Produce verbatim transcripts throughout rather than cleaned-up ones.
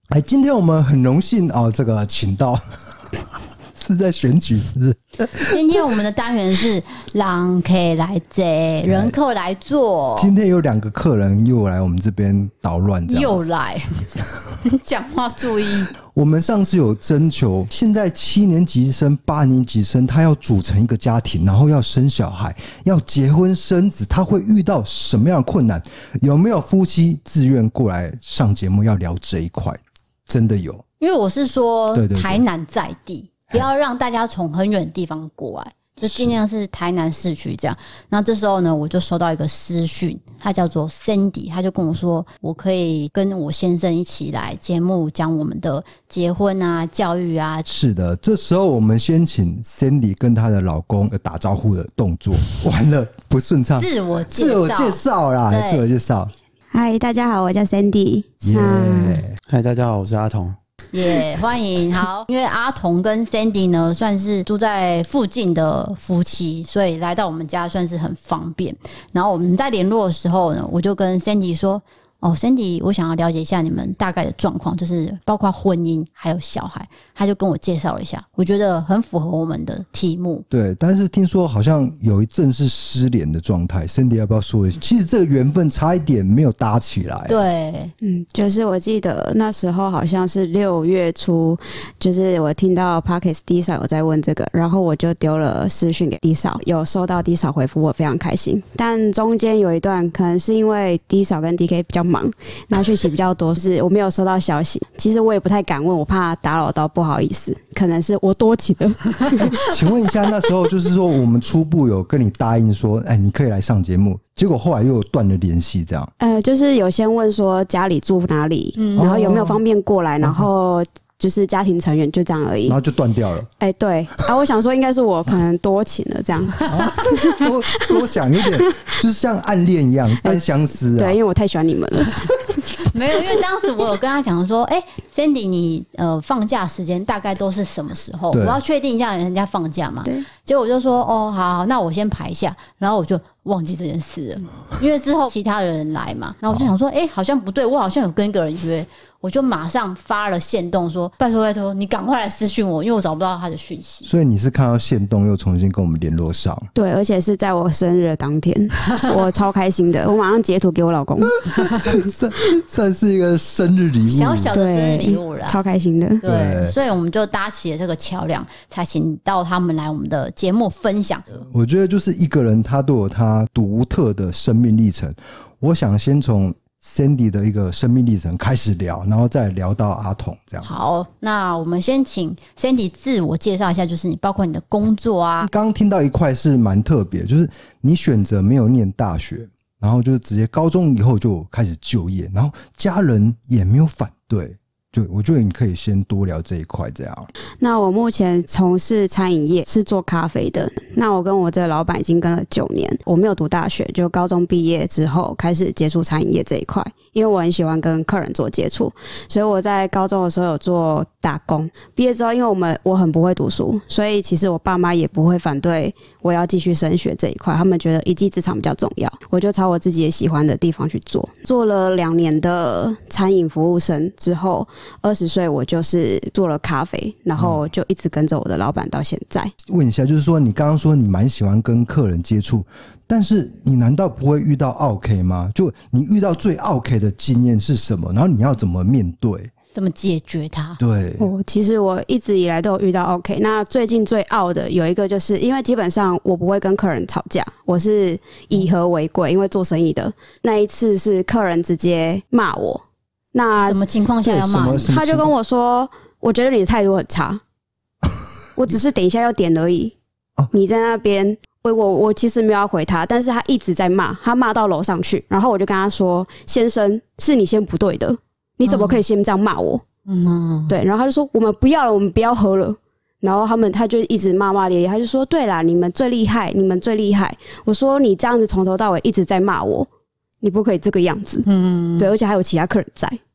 哎，今天我们很荣幸哦，这个请到是在选举是不是？ 今天我们的单元是人客来坐，人客来坐。 今天有两个客人又来我们这边捣乱， 又来，讲话注意。 我们上次有征求，现在七年级生、八年级生，他要组成一个家庭，然后要生小孩，要结婚生子，他会遇到什么样的困难？有没有夫妻自愿过来上节目要聊这一块？真的有， 因为我是说对对对台南在地，不要让大家从很远的地方过来。就尽量是台南市区这样。然后这时候呢，我就收到一个私讯，他叫做 Sandy， 他就跟我说，我可以跟我先生一起来节目讲我们的结婚啊、教育啊。 是的，这时候我们先请 Sandy 跟她的老公打招呼的动作，完了不顺畅， 自我介绍， 自我介绍啦，自我介绍。 嗨，大家好，我叫 Sandy。 嗨，大家好，我是阿童。 也、yeah, 欢迎。好，因为阿童跟 Sandy 呢算是住在附近的夫妻，所以来到我们家算是很方便。然后我们在联络的时候呢，我就跟 Sandy 说，哦 Sandy 我想要了解一下你们大概的状况，就是包括婚姻还有小孩。他就跟我介绍了一下，我觉得很符合我们的题目。 对，但是听说好像有一阵是失联的状态 Sandy 要不要说一下？其实这个缘分差一点没有搭起来。 对， 嗯，就是我记得那时候好像是六月初，就是我听到 Podcast D 嫂有在问这个，然后我就丢了私讯给 D 嫂，有收到 D 嫂回复，我非常开心。但中间有一段可能是因为 D 嫂跟 D K 比较忙，然后讯息比较多，就是我没有收到消息。其实我也不太敢问，我怕打扰到，不好意思，可能是我多情了。 请问一下，那时候就是说我们初步有跟你答应说，哎，你可以来上节目，结果后来又断了联系，这样？ 呃，就是有先问说家里住哪里，嗯、然后有没有方便过来，然后就是家庭成员就这样而已， 然后就断掉了。 哎、欸，对啊，我想说应该是我可能多情了这样， 啊、多多想有点就是像暗恋一样单相思、啊。 对，因为我太喜欢你们了。 没有，因为当时我有跟他讲说，哎、欸、，Sandy， 你呃放假时间大概都是什么时候？我要确定一下人家放假嘛。对。结果我就说，哦，好，好，那我先排一下，然后我就忘记这件事了，因为之后其他的人来嘛，然后我就想说，哎、欸，好像不对，我好像有跟一个人约。我就马上发了限动说，拜托拜托你赶快来私讯我，因为我找不到他的讯息。 所以你是看到限动又重新跟我们联络上？ 对，而且是在我生日的当天。我超开心的，我马上截图给我老公。 算算是一个生日礼物， 小小的生日礼物啦， 超开心的。 对, 对，所以我们就搭起了这个桥梁，才请到他们来我们的节目分享。 我觉得就是一个人他都有他独特的生命历程，我想先从Sandy 的一个生命历程开始聊，然后再聊到阿童这样。 好，那我们先请 Sandy 自我介绍一下，就是你包括你的工作啊。 刚刚听到一块是蛮特别，就是你选择没有念大学，然后就是直接高中以后就开始就业，然后家人也没有反对。对，我觉得你可以先多聊这一块这样。 那我目前从事餐饮业，是做咖啡的。那我跟我这个老板已经跟了九年，我没有读大学，就高中毕业之后开始接触餐饮业这一块，因为我很喜欢跟客人做接触，所以我在高中的时候有做打工。毕业之后，因为我们我很不会读书，所以其实我爸妈也不会反对我要继续升学这一块，他们觉得一技之长比较重要，我就朝我自己也喜欢的地方去做。做了两年的餐饮服务生之后，二十岁我就是做了咖啡，然后就一直跟着我的老板到现在。 问一下，就是说你刚刚说你蛮喜欢跟客人接触，但是你难道不会遇到 OK 吗？就你遇到最 OK 的经验是什么？然后你要怎么面对？ 怎么解决它？ 对， 哦，其实我一直以来都有遇到 OK。那最近最傲的有一个，就是因为基本上我不会跟客人吵架，我是以和为贵，因为做生意的。那一次是客人直接骂我，那什么情况下要骂你？ 他就跟我说，我觉得你的态度很差，我只是等一下要点而已。哦、你在那边。我我我其实没有要回他，但是他一直在骂，他骂到楼上去，然后我就跟他说：“先生，是你先不对的，你怎么可以先这样骂我？”嗯，对，然后他就说：“我们不要了，我们不要喝了。”然后他们他就一直骂骂咧咧，他就说：“对啦，你们最厉害，你们最厉害。”我说：“你这样子从头到尾一直在骂我，你不可以这个样子。”嗯，对，而且还有其他客人在。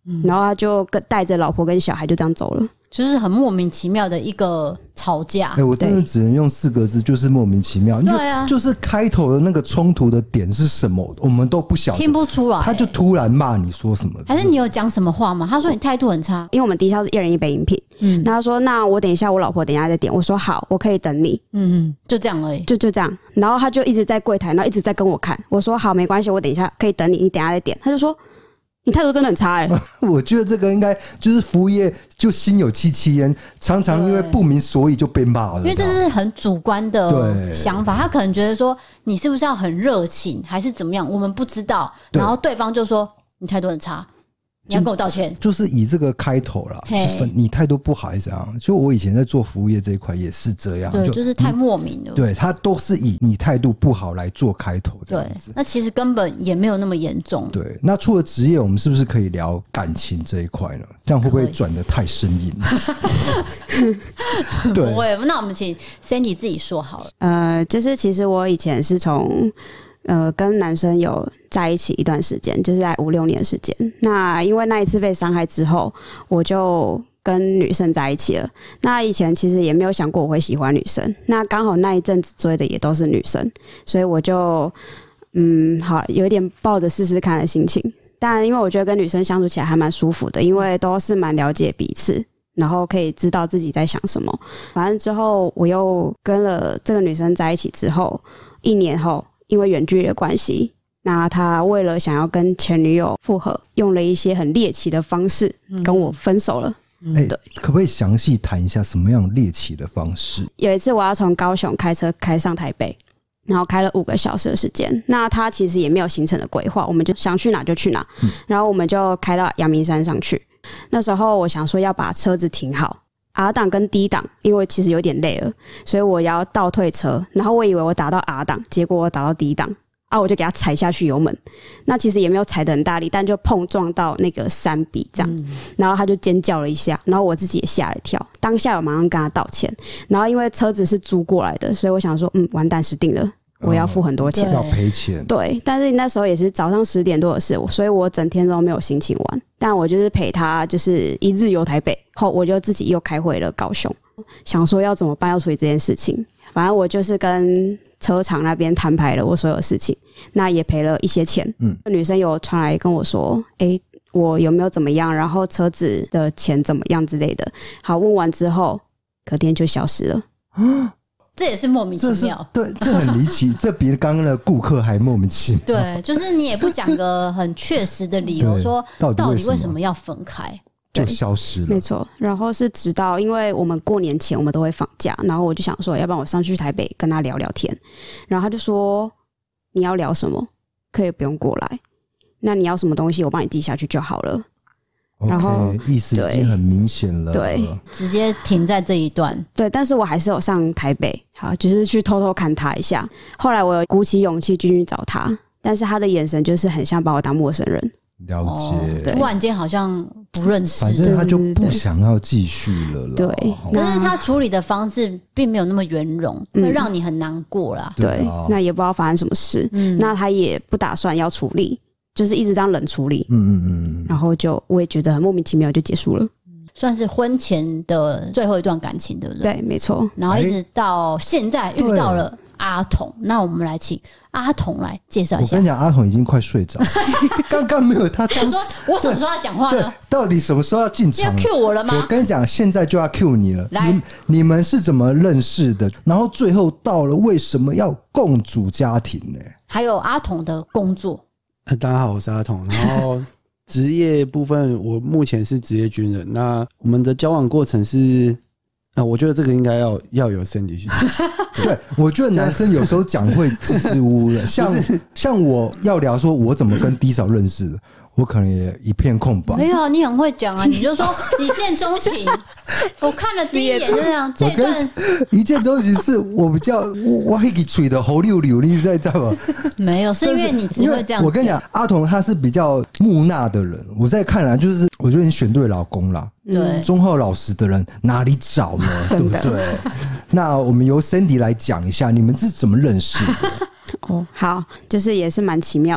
嗯、然后他就跟带着老婆跟小孩就这样走了。 就是很莫名其妙的一个吵架。 哎、欸，我真的只能用四个字，就是莫名其妙。 对啊， 就是开头的那个冲突的点是什么，我们都不晓得， 听不出来、欸。 他就突然骂你说什么？ 还是你有讲什么话吗？他说你态度很差， 因为我们低消是一人一杯饮品。嗯，那他说那我等一下，我老婆等一下再点。我说好，我可以等你。 嗯嗯，就这样而已， 就就这样。然后他就一直在柜台，然后一直在跟我看。我说好，没关系，我等一下可以等你，你等一下再点。他就说。你态度真的很差哎、欸！ 我觉得这个应该就是服务业就心有戚戚焉，常常因为不明所以就被骂了。 因为这是很主观的想法，他可能觉得说你是不是要很热情，还是怎么样，我们不知道。然后对方就说你态度很差，你要跟我道歉。 就, 就是以这个开头啦，就是你态度不好还是怎样？就我以前在做服务业这一块也是这样， 对，就, 就是太莫名了。 对，他都是以你态度不好来做开头这样子。 对，那其实根本也没有那么严重。 对，那除了职业，我们是不是可以聊感情这一块呢？这样会不会转得太生硬？ 对，不会。那我们请 Sandy 自己说好了。 呃，就是其实我以前是从。呃，跟男生有在一起一段时间，就是在五六年时间。那因为那一次被伤害之后，我就跟女生在一起了。那以前其实也没有想过我会喜欢女生。那刚好那一阵子追的也都是女生，所以我就嗯，好，有一点抱着试试看的心情。但因为我觉得跟女生相处起来还蛮舒服的，因为都是蛮了解彼此，然后可以知道自己在想什么。反正之后我又跟了这个女生在一起之后，一年后。因为远距离的关系，那他为了想要跟前女友复合，用了一些很猎奇的方式跟我分手了。 嗯欸、可不可以详细谈一下什么样猎奇的方式？ 有一次我要从高雄开车开上台北，然后开了五个小时的时间。那他其实也没有行程的规划，我们就想去哪就去哪。嗯、然后我们就开到阳明山上去。那时候我想说要把车子停好。R 档跟 D 档，因为其实有点累了，所以我要倒退车。然后我以为我打到 R 档，结果我打到 D 档啊，我就给他踩下去油门。那其实也没有踩得很大力，但就碰撞到那个山壁这样。嗯、然后他就尖叫了一下，然后我自己也吓了一跳。当下我马上跟他道歉。然后因为车子是租过来的，所以我想说，嗯，完蛋，死定了。我要付很多钱， 要赔钱。 对，但是那时候也是早上十点多的事，所以我整天都没有心情玩。但我就是陪他，就是一日游台北后，我就自己又开回了高雄，想说要怎么办，要处理这件事情。反正我就是跟车厂那边摊牌了我所有事情，那也赔了一些钱。嗯，女生有传来跟我说，哎、欸，我有没有怎么样，然后车子的钱怎么样之类的。好，问完之后，隔天就消失了。 这也是莫名其妙， 对，这很离奇，这比刚刚的顾客还莫名其妙。 对，就是你也不讲个很确实的理由，说到底为什么要分开， 就消失了。 没错，然后是直到因为我们过年前我们都会放假，然后我就想说，要不然我上去台北跟他聊聊天，然后他就说你要聊什么，可以不用过来，那你要什么东西我帮你寄下去就好了。然后 okay, 意思已经很明显了， 对， 直接停在这一段。 对，但是我还是有上台北，好，就是去偷偷看他一下。后来我有鼓起勇气进去找他，但是他的眼神就是很像把我当陌生人。 了解， 哦、突然间好像不认识， 反正他就不想要继续了啦。 对， 但是他处理的方式并没有那么圆融，会让你很难过啦。 对，对啊、那也不知道发生什么事，嗯、那他也不打算要处理。就是一直这样冷处理，嗯嗯嗯，然后就我也觉得很莫名其妙就结束了， 算是婚前的最后一段感情，对不对？ 对，没错。 然后一直到现在遇到了阿童，那我们来请阿童来介绍一下。 我跟你讲，阿童已经快睡着，刚刚没有他想说，我什么时候要讲话呢？ 到底什么时候要进场？ 要 cue 我了吗？ 我跟你讲，现在就要 cue 你了。 来， 你, 你们是怎么认识的？然后最后到了为什么要共组家庭呢？ 还有阿童的工作。 大家好，我是阿童。然后职业部分，我目前是职业军人。那我们的交往过程是，啊，我觉得这个应该要要有 Sandy 去。 对，我觉得男生有时候讲会支支吾吾的，像像我要聊说我怎么跟 D 嫂认识的。我可能也一片空白。 没有，你很会讲啊！你就说一见钟情，我看了第一眼就这样。这一段一见钟情是我比较我我可以吹的喉溜溜，你在在吗？ 没有，是因为你只会这样。 我跟你讲，阿童他是比较木讷的人，我在看来就是我觉得你选对老公啦。 对， 忠厚老实的人哪里找呢？对不对？那我们由 Sandy 来讲一下，你们是怎么认识的？ 哦，好，就是也是蛮奇妙的。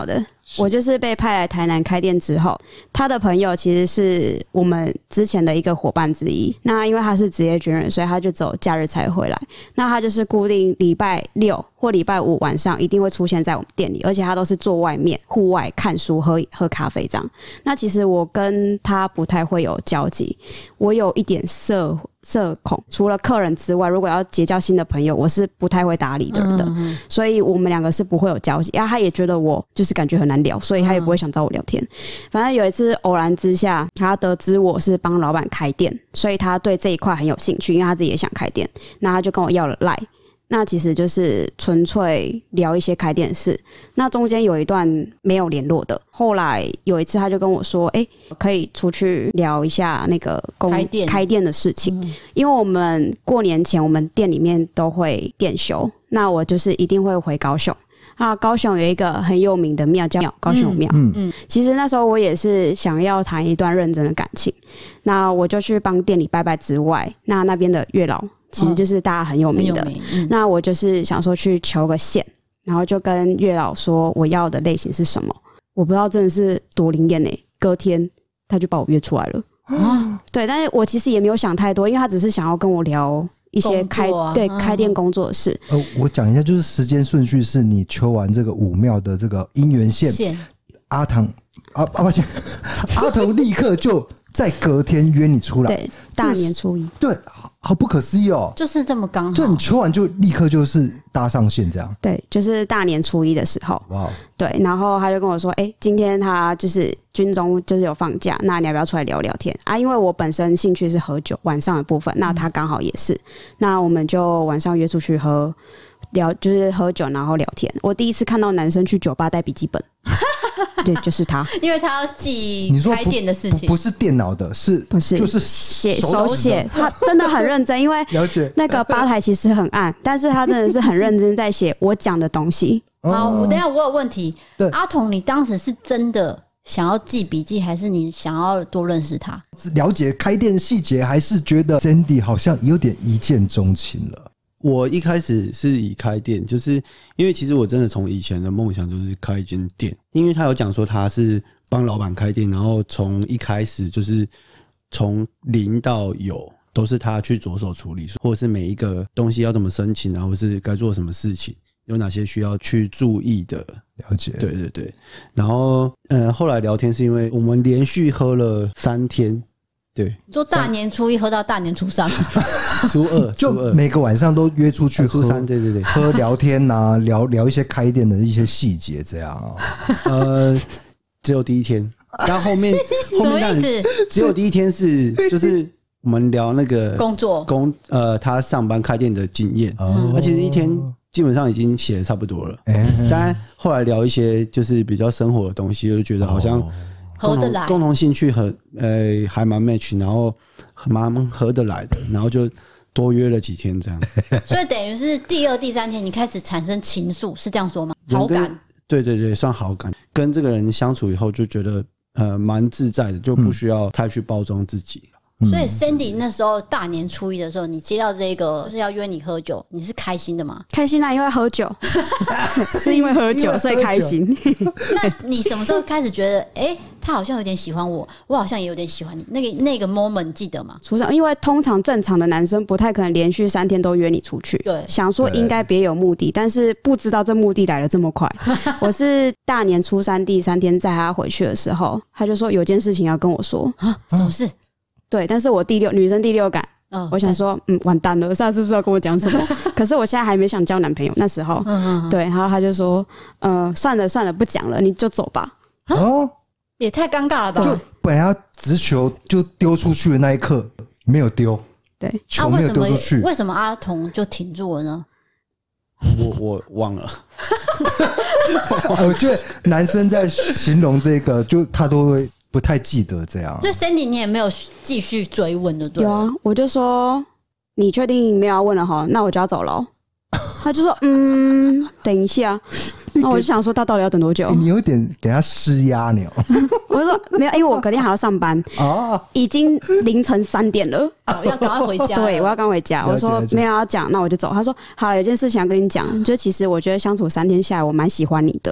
我就是被派来台南开店之后，他的朋友其实是我们之前的一个伙伴之一。那因为他是职业军人，所以他就走假日才回来。那他就是固定礼拜六或礼拜五晚上一定会出现在我们店里，而且他都是坐外面户外看书喝喝咖啡这样。那其实我跟他不太会有交集，我有一点社社恐，除了客人之外，如果要结交新的朋友，我是不太会搭理的人的，嗯、所以我们两个是不会有交集。然后他也觉得我就是感觉很难聊，所以他也不会想找我聊天。嗯、反正有一次偶然之下，他得知我是帮老板开店，所以他对这一块很有兴趣，因为他自己也想开店，那他就跟我要了 LINE。那其实就是纯粹聊一些开店的事，那中间有一段没有联络的，后来有一次他就跟我说哎、欸，可以出去聊一下那个公开店开店的事情、嗯、因为我们过年前我们店里面都会店休，那我就是一定会回高雄啊，高雄有一个很有名的庙叫高雄庙，嗯嗯，其实那时候我也是想要谈一段认真的感情，那我就去帮店里拜拜之外，那那边的月老其实就是大家很有名的、哦嗯、那我就是想说去求个线，然后就跟月老说我要的类型是什么，我不知道真的是多灵验欸，隔天他就把我约出来了、哦、对，但是我其实也没有想太多，因为他只是想要跟我聊一些开、啊、对、嗯、开店工作的事。 呃，我讲一下，就是时间顺序是你求完这个武庙的这个姻缘线，线阿唐啊啊抱歉，阿童立刻就在隔天约你出来， 对，大年初一， 对，好不可思议哦， 就是这么刚好， 就你求完就立刻就是搭上线这样， 对，就是大年初一的时候，哇，对，然后他就跟我说，哎、欸，今天他就是军中就是有放假，那你要不要出来聊聊天啊？因为我本身兴趣是喝酒，晚上的部分，那他刚好也是，那我们就晚上约出去喝聊，就是喝酒然后聊天。我第一次看到男生去酒吧带笔记本。对，就是他， 因为他要记开店的事情， 不, 不是电脑的，是不是就是写手写？他真的很认真，因为了解那个吧台其实很暗，但是他真的是很认真在写我讲的东西。 好，我等一下我有问题，阿童，你当时是真的想要记笔记，还是你想要多认识他， 了解开店细节，还是觉得 Sandy 好像有点一见钟情了？ 我一开始是以开店，就是因为其实我真的从以前的梦想就是开一间店，因为他有讲说他是帮老板开店，然后从一开始就是从零到有都是他去着手处理，或者是每一个东西要怎么申请，然后是该做什么事情，有哪些需要去注意的。 了解， 对对对。然后呃，后来聊天是因为我们连续喝了三天。对， 说大年初一喝到大年初三， 初二， 就每个晚上都约出去喝， 初三，对对对， 喝聊天啊，聊聊一些开店的一些细节，这样啊。 呃，只有第一天，但后面后面什么意思？ 只有第一天是就是我们聊那个工作工呃他上班开店的经验，那、哦、其实一天基本上已经写得差不多了。当然后来聊一些就是比较生活的东西，就觉得好像。哦合得来， 共同兴趣很呃还蛮 match， 然后蛮合得来的，然后就多约了几天这样。 所以等于是第二、第三天你开始产生情愫，是这样说吗？好感， 对对对，算好感。跟这个人相处以后，就觉得呃蛮自在的，就不需要太去包装自己。 嗯、所以 Sandy 那时候大年初一的时候，你接到这个是要约你喝酒，你是开心的吗？ 开心啊，因为喝酒，是因为喝酒所以开心。 那你什么时候开始觉得，哎、欸，他好像有点喜欢我，我好像也有点喜欢你？那个那个 moment 你记得吗？ 出场，因为通常正常的男生不太可能连续三天都约你出去， 对， 想说应该别有目的，但是不知道这目的来得这么快。我是大年初三第三天载他回去的时候，他就说有件事情要跟我说啊，什么事？ 对，但是我第六女生第六感，哦、我想说，嗯，完蛋了，下次是不是要跟我讲什么？可是我现在还没想交男朋友，那时候，嗯嗯对，然后他就说，呃，算了算了，不讲了，你就走吧。 哦，也太尴尬了吧？ 就本来要直球就丢出去的那一刻，没有丢， 对， 球没有丢出去， 啊、为什么阿童就停住了呢？ 我我忘了。 我觉得男生在形容这个，就他都会。不太记得这样， 所以 Sandy 你也没有继续追问的，对？ 有啊，我就说你确定没有要问了哈，那我就要走了。他就说嗯，等一下。那我就想说他到底要等多久？ 欸、你有点给他施压你、喔。 我就说没有，因为我隔天还要上班啊，已经凌晨三点了， 哦、要赶快回家。 对，我要赶回家。我说没有要讲，那我就走。他说好了，有件事情要跟你讲，就其实我觉得相处三天下来，我蛮喜欢你的。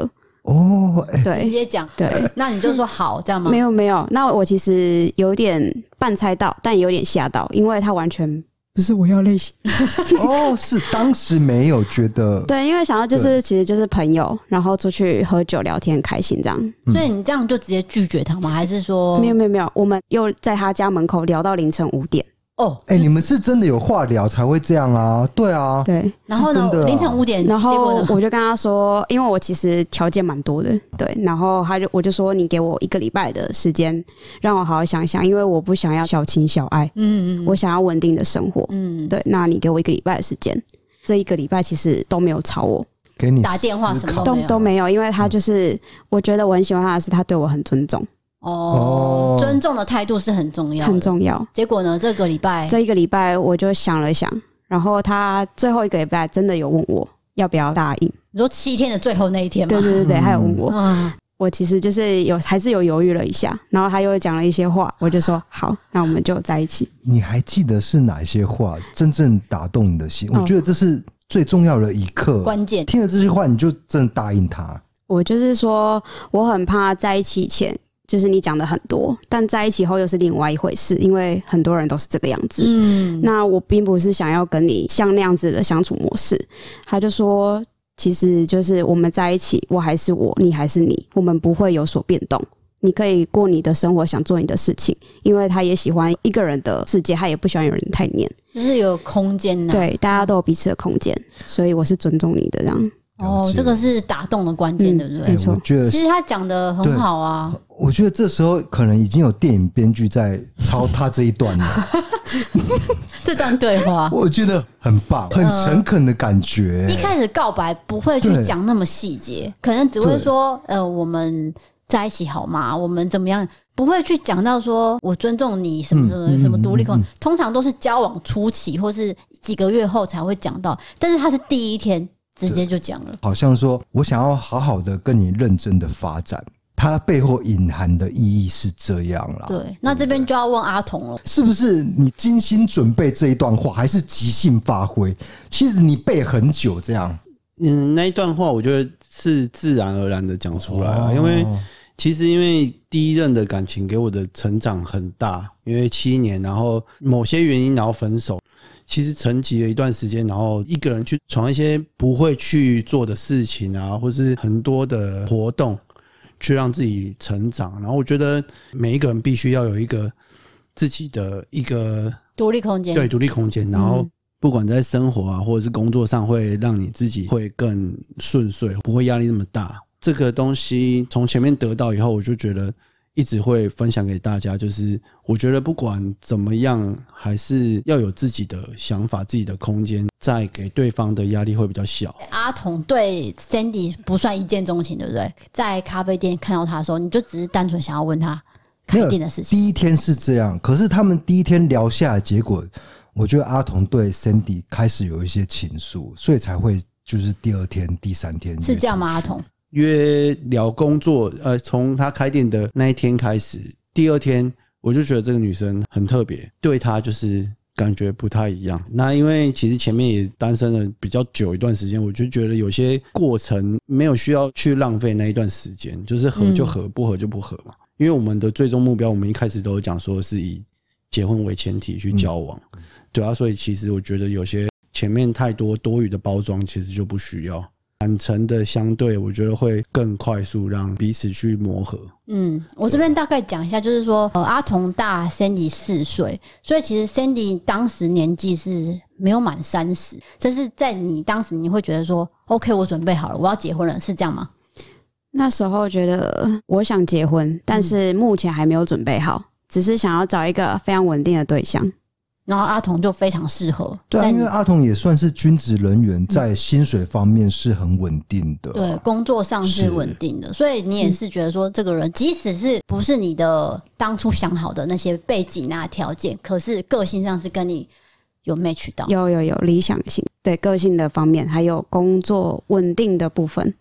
哦，欸、 对， 直接讲。 对， 那你就说好，这样吗？ 没有没有，那我其实有点半猜到，但有点吓到，因为他完全不是我要类型。 哦，是当时没有觉得， 对，因为想到就是其实就是朋友，然后出去喝酒聊天开心这样。 所以你这样就直接拒绝他吗？还是说没有没有没有，我们又在他家门口聊到凌晨五点。 哦， 哎、欸，你们是真的有话聊才会这样啊？对啊， 对。 然后呢， 啊、 凌晨五点， 然后结果呢我就跟他说，因为我其实条件蛮多的，对。然后他就我就说，你给我一个礼拜的时间，让我好好想一想，因为我不想要小情小爱，嗯嗯，我想要稳定的生活，嗯，对。那你给我一个礼拜的时间，这一个礼拜其实都没有吵我， 给你打电话什么都都没有，因为他就是、嗯、我觉得我很喜欢他的是，他对我很尊重。 哦，尊重的态度是很重要的， 很重要。 结果呢，这个礼拜， 这一个礼拜我就想了想，然后他最后一个礼拜真的有问我要不要答应。 你说七天的最后那一天吗？ 对对对对，他有问我， 嗯， 我其实就是有还是有犹豫了一下，然后他又讲了一些话，我就说好，那我们就在一起。 你还记得是哪些话真正打动你的心？哦、我觉得这是最重要的一刻， 关键。 听了这些话，你就真的答应他。 我就是说，我很怕在一起前。就是你讲的很多，但在一起后又是另外一回事，因为很多人都是这个样子。嗯，那我并不是想要跟你像那样子的相处模式。他就说，其实就是我们在一起，我还是我，你还是你，我们不会有所变动。你可以过你的生活，想做你的事情，因为他也喜欢一个人的世界，他也不喜欢有人太黏， 就是有空间、啊。 对，大家都有彼此的空间，所以我是尊重你的这样。 哦，这个是打动的关键、嗯，对不对？ 没错， 我觉得其实他讲的很好啊。 我觉得这时候可能已经有电影编剧在抄他这一段了。 这段对话， 我觉得很棒，很诚恳的感觉、 呃。一开始告白不会去讲那么细节，可能只会说：“呃，我们在一起好吗？我们怎么样？”不会去讲到说我尊重你什么什么什么独立空、嗯嗯嗯嗯，通常都是交往初期或是几个月后才会讲到，但是他是第一天。直接就讲了， 好像说我想要好好的跟你认真的发展，它背后隐含的意义是这样啦。 对，那这边就要问阿童了， 是不是你精心准备这一段话，还是即兴发挥？其实你背很久这样。 嗯，那一段话我觉得是自然而然的讲出来了、哦，因为其实因为第一任的感情给我的成长很大，因为七年，然后某些原因然后分手。其实沉寂了一段时间，然后一个人去闯一些不会去做的事情啊，或是很多的活动，去让自己成长。然后我觉得每一个人必须要有一个自己的一个独立空间， 对，独立空间。然后不管在生活啊，或者是工作上，会让你自己会更顺遂，不会压力那么大。这个东西从前面得到以后，我就觉得。一直会分享给大家，就是我觉得不管怎么样，还是要有自己的想法、自己的空间，再给对方的压力会比较小。 阿童对 Sandy 不算一见钟情，对不对？在咖啡店看到他的时候，你就只是单纯想要问他开店的事情。 第一天是这样，可是他们第一天聊下来，结果我觉得阿童对 Sandy 开始有一些情愫，所以才会就是第二天、第三天是这样吗？阿童？ 约聊工作，呃，从他开店的那一天开始，第二天我就觉得这个女生很特别，对她就是感觉不太一样。那因为其实前面也单身了比较久一段时间，我就觉得有些过程没有需要去浪费那一段时间，就是合就合，不合就不合嘛。因为我们的最终目标，我们一开始都有讲说是以结婚为前提去交往，嗯、对啊，所以其实我觉得有些前面太多多余的包装，其实就不需要。坦诚的相对，我觉得会更快速让彼此去磨合。 嗯，我这边大概讲一下，就是说，呃，阿童大 Sandy 四岁，所以其实 Sandy 当时年纪是没有满三十，这是在你当时你会觉得说 ，OK， 我准备好了，我要结婚了，是这样吗？ 那时候觉得我想结婚，但是目前还没有准备好，嗯、只是想要找一个非常稳定的对象。 然后阿童就非常适合， 对啊，因为阿童也算是军职人员，在薪水方面是很稳定的、啊， 对，工作上是稳定的，所以你也是觉得说，这个人即使是不是你的当初想好的那些背景啊条件，可是个性上是跟你有 match 到， 有有有理想性，对个性的方面，还有工作稳定的部分。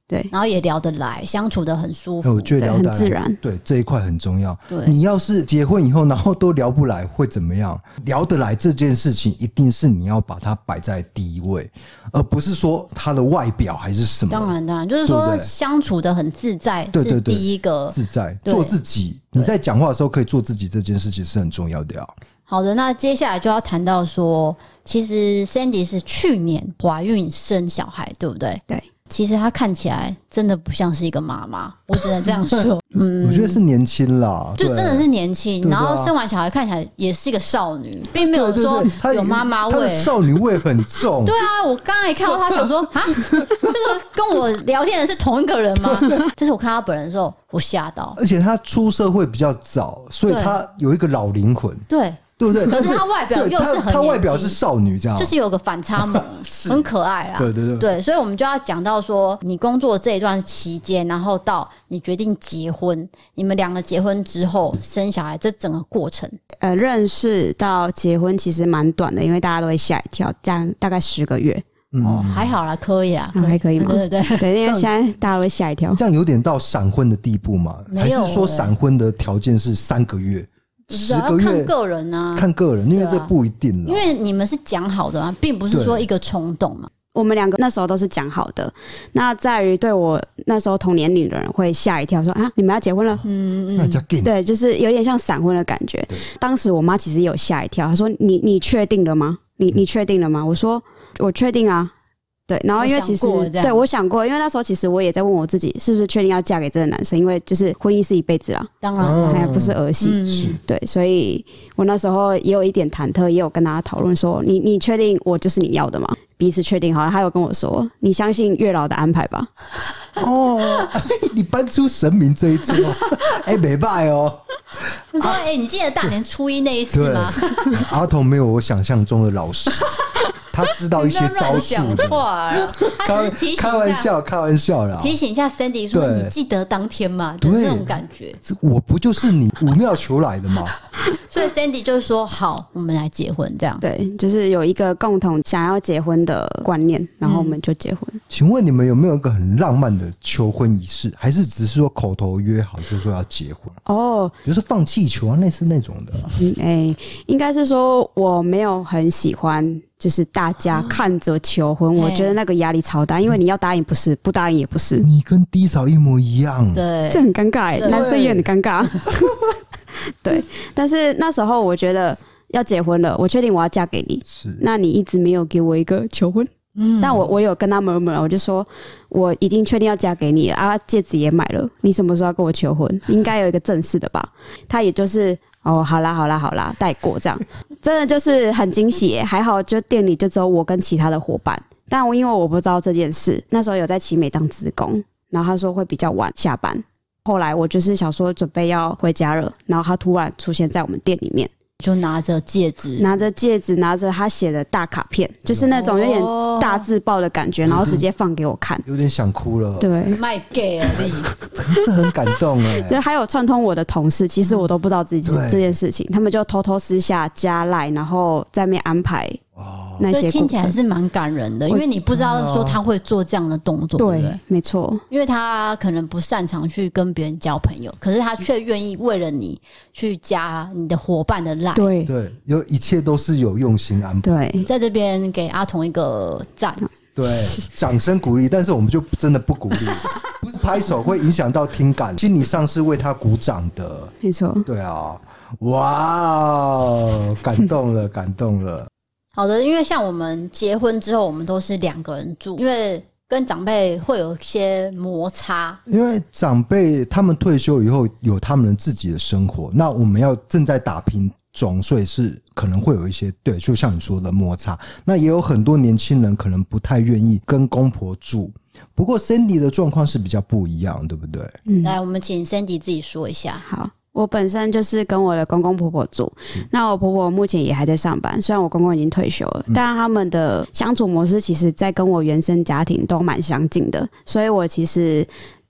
对， 然后也聊得来，相处得很舒服， 我觉得聊得来很自然， 对这一块很重要。 对， 你要是结婚以后，然后都聊不来，会怎么样？聊得来这件事情，一定是你要把它摆在第一位，而不是说他的外表还是什么。 当然，当然，就是说相处得很自在，是第一个自在做自己。你在讲话的时候可以做自己，这件事情是很重要的呀。 好的，那接下来就要谈到说，其实 Sandy 是去年怀孕生小孩，对不对？ 对。 其实她看起来真的不像是一个妈妈，我只能这样说。嗯， 我觉得是年轻啦， 就真的是年轻，然后生完小孩看起来也是一个少女，并没有说有妈妈味。 她的少女味很重。 对啊，我刚才看到她想说啊，这个跟我聊天的是同一个人吗？这是我看她本人的时候，我吓到。 而且她出社会比较早，所以她有一个老灵魂。 对。 对不对？ 可是她外表又是很年轻， 她外表是少女这样， 就是有个反差萌，很可爱啦。 对对对， 对，所以我们就要讲到说，你工作这一段期间，然后到你决定结婚，你们两个结婚之后生小孩，这整个过程， 呃，认识到结婚其实蛮短的，因为大家都会吓一跳，这样大概十个月。 嗯、哦，还好啦，可以啦， 嗯、还可以吗？ 对对对， 对，因为现在大家都会吓一跳， 这样有点到闪婚的地步嘛？还是说闪婚的条件是三个月？十个月看个人啊， 看个人，因为这不一定啦、 啊、因为你们是讲好的啊，并不是说一个冲动嘛。 我们两个那时候都是讲好的，那在于对我那时候同年龄的人会吓一跳，说啊，你们要结婚了？ 嗯嗯， 对，就是有点像闪婚的感觉。当时我妈其实也有吓一跳，她说：“你你确定了吗？你你确定了吗？”我说：“我确定啊。”对，然后因为其实我对我想过，因为那时候其实我也在问我自己，是不是确定要嫁给这个男生？因为就是婚姻是一辈子啦， 当然还不是儿戏。嗯、对，所以我那时候也有一点忐忑，也有跟他讨论说：“你你确定我就是你要的吗？”彼此确定好，他有跟我说：“你相信月老的安排吧。” 哦，你搬出神明这一招，哎、欸，没败哦。 我说：“哎、欸，你记得大年初一那一次吗？” 阿童没有我想象中的老实。他知道一些招数的， 他只是提醒一下， 开玩笑，开玩笑啦。 提醒一下 Sandy 说：“你记得当天吗？”的那种感觉。 我不就是你五庙求来的吗？ 所以 Sandy 就说：“好，我们来结婚。”这样对，就是有一个共同想要结婚的观念，然后我们就结婚。 嗯、请问你们有没有一个很浪漫的求婚仪式，还是只是说口头约好，就说要结婚？ 哦， 比如说放气球啊，类似那种的。 嗯，哎、欸，应该是说我没有很喜欢。就是大家看着求婚，我觉得那个压力超大，因为你要答应不是，不答应也不是。 你跟 D 嫂一模一样， 对， 这很尴尬欸，男生也很尴尬。对，但是那时候我觉得要结婚了，我确定我要嫁给你，是，那你一直没有给我一个求婚。嗯，但我我有跟他 murmur， 我就说我已经确定要嫁给你了啊，戒指也买了，你什么时候要跟我求婚？应该有一个正式的吧？他也就是哦，好啦好啦好啦，带过这样，真的就是很惊喜耶！还好就店里就只有我跟其他的伙伴，但我因为我不知道这件事，那时候有在奇美当志工，然后他说会比较晚下班，后来我就是想说准备要回家了，然后他突然出现在我们店里面。 就拿着戒指， 拿着戒指，拿着他写的大卡片，就是那种有点大字报的感觉，然后直接放给我看， 有点想哭了。 对， 卖 gay 而已， 这很感动哎。 就还有串通我的同事，其实我都不知道自己这件事情，他们就偷偷私下加赖，然后在那边安排。那些所以听起来是蛮感人的，因为你不知道说他会做这样的动作，对不对？ 没错， 因为他可能不擅长去跟别人交朋友，可是他却愿意为了你去加你的伙伴的赖， 对对，有一切都是有用心安排。 对， 在这边给阿童一个赞， 对，掌声鼓励，但是我们就真的不鼓励，不是拍手会影响到听感，心理上是为他鼓掌的， 没错， 对啊，哇，感动了，感动了。 好的，因为像我们结婚之后，我们都是两个人住，因为跟长辈会有一些摩擦。 因为长辈他们退休以后有他们自己的生活，那我们要正在打拼中，所以是可能会有一些对，就像你说的摩擦。那也有很多年轻人可能不太愿意跟公婆住。不过 Sandy 的状况是比较不一样，对不对？ 嗯，来，我们请 Sandy 自己说一下。 好。我本身就是跟我的公公婆婆住，嗯、那我婆婆目前也还在上班，虽然我公公已经退休了，嗯、但他们的相处模式其实在跟我原生家庭都蛮相近的，所以我其实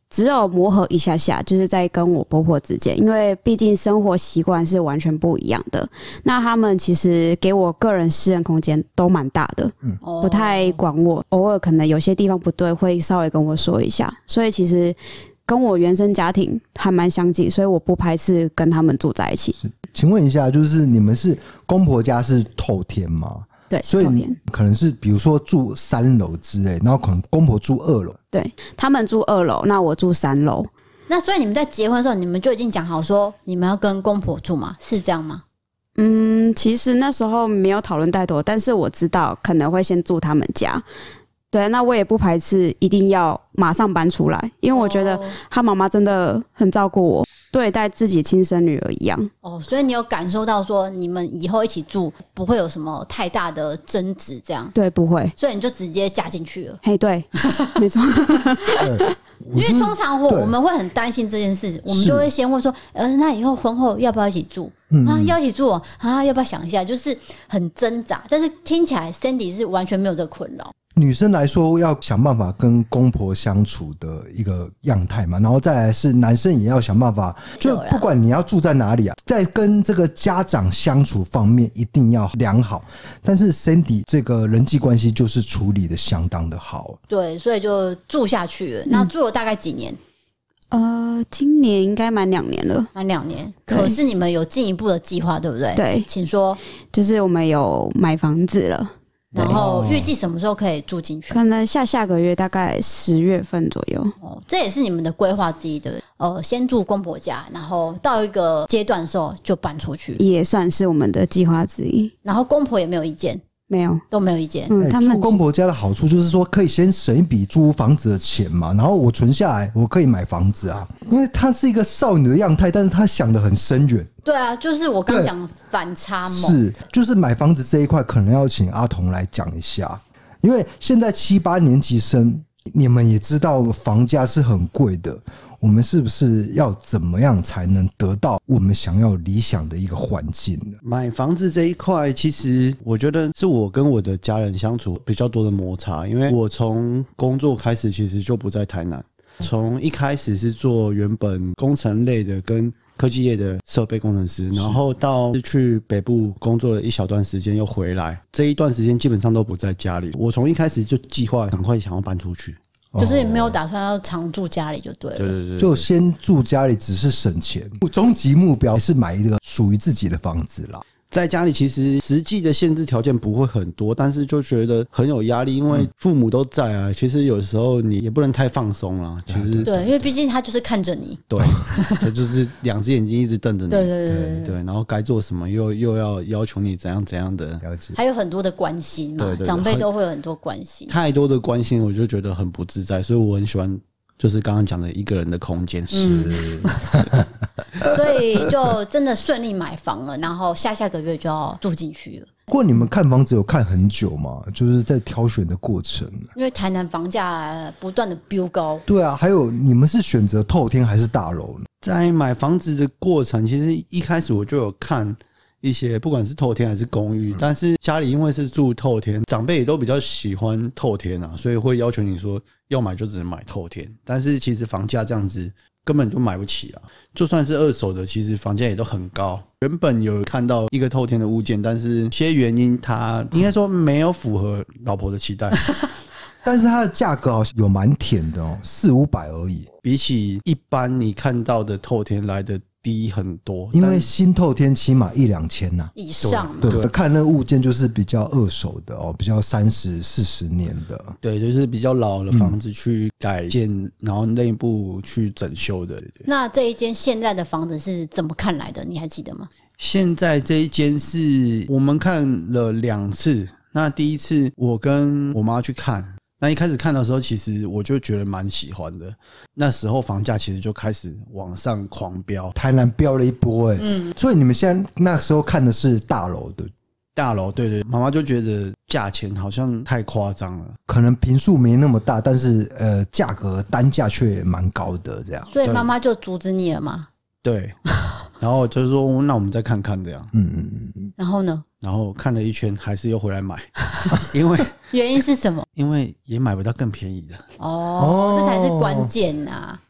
只有磨合一下下，就是在跟我婆婆之间，因为毕竟生活习惯是完全不一样的。那他们其实给我个人私人空间都蛮大的，嗯，不太管我，偶尔可能有些地方不对，会稍微跟我说一下。所以其实跟我原生家庭还蛮相近，所以我不排斥跟他们住在一起。 请问一下，就是你们是公婆家是透天吗？ 对， 所以你可能是比如说住三楼之类，然后可能公婆住二楼， 对，他们住二楼，那我住三楼。 那所以你们在结婚的时候，你们就已经讲好说你们要跟公婆住吗？是这样吗？ 嗯，其实那时候没有讨论太多，但是我知道可能会先住他们家。对，那我也不排斥一定要马上搬出来，因为我觉得他妈妈真的很照顾我，对待自己亲生女儿一样。 哦，所以你有感受到说你们以后一起住不会有什么太大的争执这样？ 对，不会。 所以你就直接嫁进去了。 嘿，对，没错。 因为通常我我们会很担心这件事，我们就会先问说，呃，那以后婚后要不要一起住？嗯、啊，要一起住、哦、啊，要不要想一下？就是很挣扎，但是听起来 Sandy 是完全没有这个困扰。 女生来说要想办法跟公婆相处的一个样态嘛，然后再来是男生也要想办法，就不管你要住在哪里啊，在跟这个家长相处方面一定要良好。但是 Sandy 这个人际关系就是处理的相当的好， 对，所以就住下去了。那住了大概几年？ 呃，今年应该满两年了， 满两年。可是你们有进一步的计划，对不对？ 对， 请说。 就是我们有买房子了。 然后预计什么时候可以住进去？ 可能下下个月，大概十月份左右。 哦，这也是你们的规划之一的。呃，先住公婆家，然后到一个阶段的时候就搬出去， 也算是我们的计划之一。 然后公婆也没有意见。 没有， 都没有意见。 嗯，欸、他们住公婆家的好处就是说，可以先省一笔租房子的钱嘛，然后我存下来，我可以买房子啊。因为她是一个少女的样态，但是她想得很深远。 对啊，就是我刚讲反差萌。 是，就是买房子这一块，可能要请阿童来讲一下，因为现在七八年级生，你们也知道房价是很贵的。我们是不是要怎么样才能得到我们想要理想的一个环境呢？ 买房子这一块，其实我觉得是我跟我的家人相处比较多的摩擦，因为我从工作开始其实就不在台南，从一开始是做原本工程类的跟科技业的设备工程师，然后到去北部工作了一小段时间又回来，这一段时间基本上都不在家里。我从一开始就计划赶快想要搬出去， 就是没有打算要常住家里就对了。 对对 对, 对， 就先住家里只是省钱，终极目标是买一个属于自己的房子啦。 在家里其实实际的限制条件不会很多，但是就觉得很有压力，因为父母都在啊。其实有时候你也不能太放松啦。其实对，因为毕竟他就是看着你， 对，就就是两只眼睛一直瞪着你， 对对对 对, 对，然后该做什么又又要要求你怎样怎样的， 了解。 还有很多的关心嘛，对对对，长辈都会有很多关心， 太多的关心，我就觉得很不自在，所以我很喜欢。就是刚刚讲的一个人的空间， 嗯，所以就真的顺利买房了，然后下下个月就要住进去了。 不过你们看房子有看很久吗？就是在挑选的过程， 因为台南房价不断的飙高。 对啊，还有你们是选择透天还是大楼呢？ 在买房子的过程，其实一开始我就有看一些不管是透天还是公寓，但是家里因为是住透天，长辈也都比较喜欢透天啊，所以会要求你说要买就只能买透天，但是其实房价这样子根本就买不起啊，就算是二手的其实房价也都很高。原本有看到一个透天的物件，但是一些原因它应该说没有符合老婆的期待但是它的价格好像有蛮甜的哦，四五百而已， 比起一般你看到的透天来的低很多， 因为新透天起码一两千呐以上。 对，对，看那物件就是比较二手的哦，比较三十四十年的， 对，就是比较老的房子去改建，嗯、然后内部去整修的。 那这一间现在的房子是怎么看来的？你还记得吗？ 现在这一间是我们看了两次，那第一次我跟我妈去看。那一开始看的时候，其实我就觉得蛮喜欢的。那时候房价其实就开始往上狂飙， 台南飙了一波哎、欸。嗯，所以你们现在那时候看的是大楼的， 大楼对对，妈妈就觉得价钱好像太夸张了， 可能坪数没那么大，但是呃价格单价却蛮高的这样。 所以妈妈就阻止你了吗？ 对，然后就是说那我们再看看这样。嗯嗯嗯。 然后呢？ 然后看了一圈，还是又回来买，因为原因是什么？ 因为也买不到更便宜的。 哦，这才是关键啊。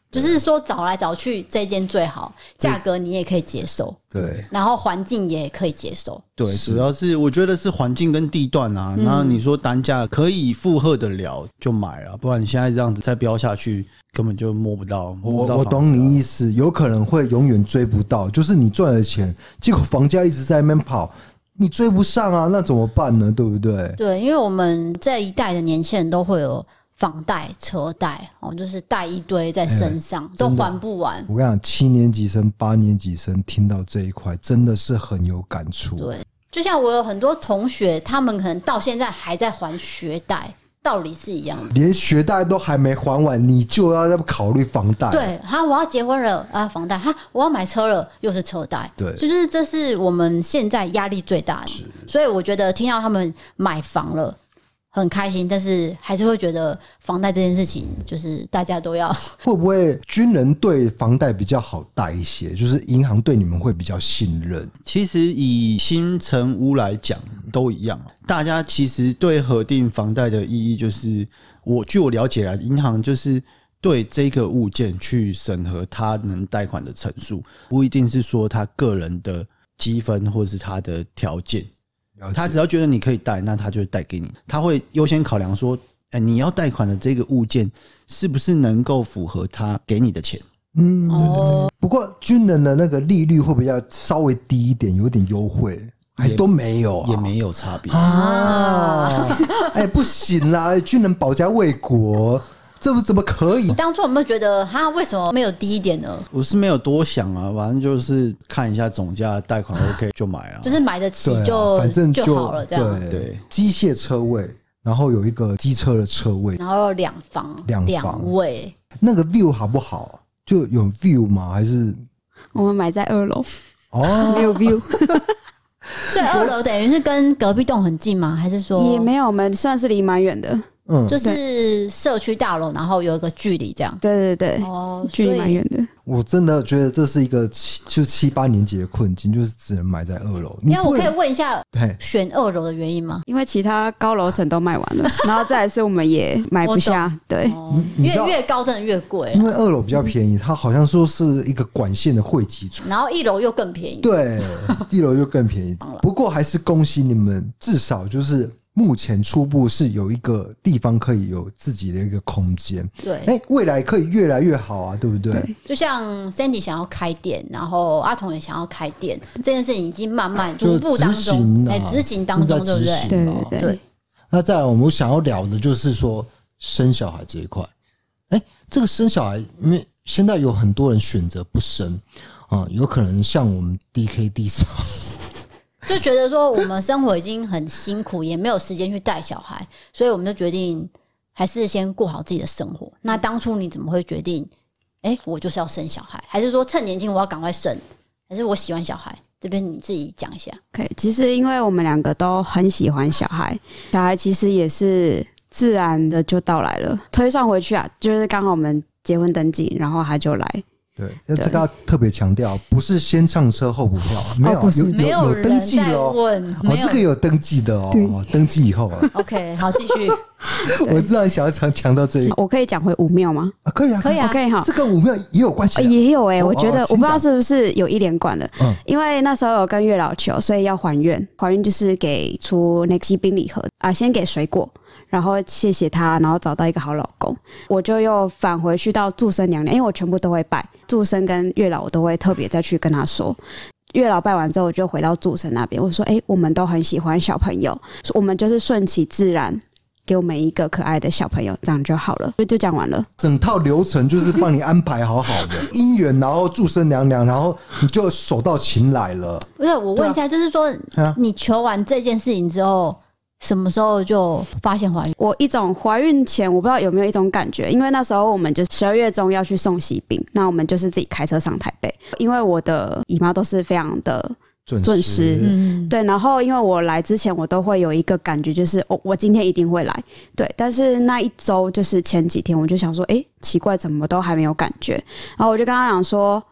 就是说找来找去这间最好，价格你也可以接受， 对， 然后环境也可以接受。 对，主要是我觉得是环境跟地段啊。然后你说单价可以负荷得了就买了，不然你现在这样子再标下去，根本就摸不到。摸不到我我懂你意思，有可能会永远追不到，就是你赚了钱，结果房价一直在那边跑。你追不上啊，那怎么办呢？对不对？ 对，因为我们这一代的年轻人都会有房贷、车贷，哦，就是贷一堆在身上，欸、都还不完。 我跟你讲，七年级生、八年级生听到这一块，真的是很有感触。 对，就像我有很多同学，他们可能到现在还在还学贷。道理是一样的， 连学贷都还没还完，你就要考虑房贷。 对，哈，我要结婚了啊，房贷；哈，我要买车了，又是车贷。 对， 就是这是我们现在压力最大的。所以我觉得听到他们买房了，很开心，但是还是会觉得房贷这件事情，就是大家都要。 会不会军人对房贷比较好贷一些？就是银行对你们会比较信任？ 其实以新成屋来讲，都一样。大家其实对核定房贷的意义，就是我据我了解啊，银行就是对这个物件去审核他能贷款的成数，不一定是说他个人的积分或是他的条件。他只要觉得你可以贷，那他就贷给你。他会优先考量说，欸、你要贷款的这个物件是不是能够符合他给你的钱。 嗯，对对对。不过军人的那个利率会不会要稍微低一点，有点优惠？还都没有、啊， 也没有差别啊！哎、欸，不行啦，军人保家卫国，这不怎么可以？ 你当初有没有觉得哈，为什么没有低一点呢？ 我是没有多想啊，反正就是看一下总价，贷款 OK 就买了， 就是买得起就、 啊、反正 就, 就好了，这样对。机械车位，然后有一个机车的车位， 然后有两房两两位， 那个 view 好不好？就有 view 吗？还是我们买在二楼？ 哦， 没有 view。 所以二楼等于是跟隔壁栋很近吗？还是说也没有？我们算是离蛮远的， 嗯， 就是社区大楼，然后有一个距离这样。 对对对， 哦， 距离蛮远的。 我真的觉得这是一个七就七八年级的困境，就是只能买在二楼。 那我可以问一下， 对， 选二楼的原因吗？ 因为其他高楼层都卖完了，然后再来是我们也买不下，对， 哦、越越高真的越贵。 因为二楼比较便宜，它好像说是一个管线的汇集处， 然后一楼又更便宜。 对，一楼又更便宜。不过还是恭喜你们，至少就是目前初步是有一个地方可以有自己的一个空间。 对， 哎、欸，未来可以越来越好啊，对不对？对， 就像 Sandy 想要开店，然后阿童也想要开店，这件事情已经慢慢逐步当中，哎，执行当中，对不对？ 对对对。 那再来，我们想要聊的就是说生小孩这一块。哎、欸，这个生小孩，因为现在有很多人选择不生啊、嗯，有可能像我们 D K D 嫂。 就觉得说我们生活已经很辛苦，也没有时间去带小孩，所以我们就决定还是先过好自己的生活。那当初你怎么会决定，哎、欸，我就是要生小孩，还是说趁年轻我要赶快生，还是我喜欢小孩？这边你自己讲一下。 可以，其实因为我们两个都很喜欢小孩，小孩其实也是自然的就到来了。推算回去啊，就是刚好我们结婚登记，然后他就来。 对，这个要特别强调，不是先上车后补票，没有， 哦、有没有有登记的哦。 哦， 这个有登记的哦，哦登记以后啊。 OK， 好，继续。 我知道你想要强强调这一个， 我可以讲回武庙吗？ 啊，可以啊， 可以啊， 可以哈。 这跟武庙也有关系、啊， 也有哎、欸， 哦、 我觉得、 哦、 我不知道是不是有一连贯的， 嗯， 因为那时候有跟月老求，所以要还愿，还愿就是给出那个喜饼礼盒啊，先给水果。然后谢谢他，然后找到一个好老公，我就又返回去到祝生娘娘，因为我全部都会拜，祝生跟月老我都会特别再去跟他说。月老拜完之后，我就回到祝生那边，我说：“哎、欸，我们都很喜欢小朋友，我们就是顺其自然，给我们一个可爱的小朋友，这样就好了。”就就讲完了， 整套流程就是帮你安排好好的姻缘，然后祝生娘娘，然后你就手到擒来了。 不是，我问一下，啊、就是说、啊、你求完这件事情之后。什么时候就发现怀孕？ 我一种怀孕前，我不知道有没有一种感觉，因为那时候我们就十二月中要去送喜饼，那我们就是自己开车上台北，因为我的姨妈都是非常的准时，嗯，对。然后因为我来之前，我都会有一个感觉，就是哦，我今天一定会来，对。但是那一周就是前几天，我就想说，哎，奇怪，怎么都还没有感觉？然后我就跟他讲说，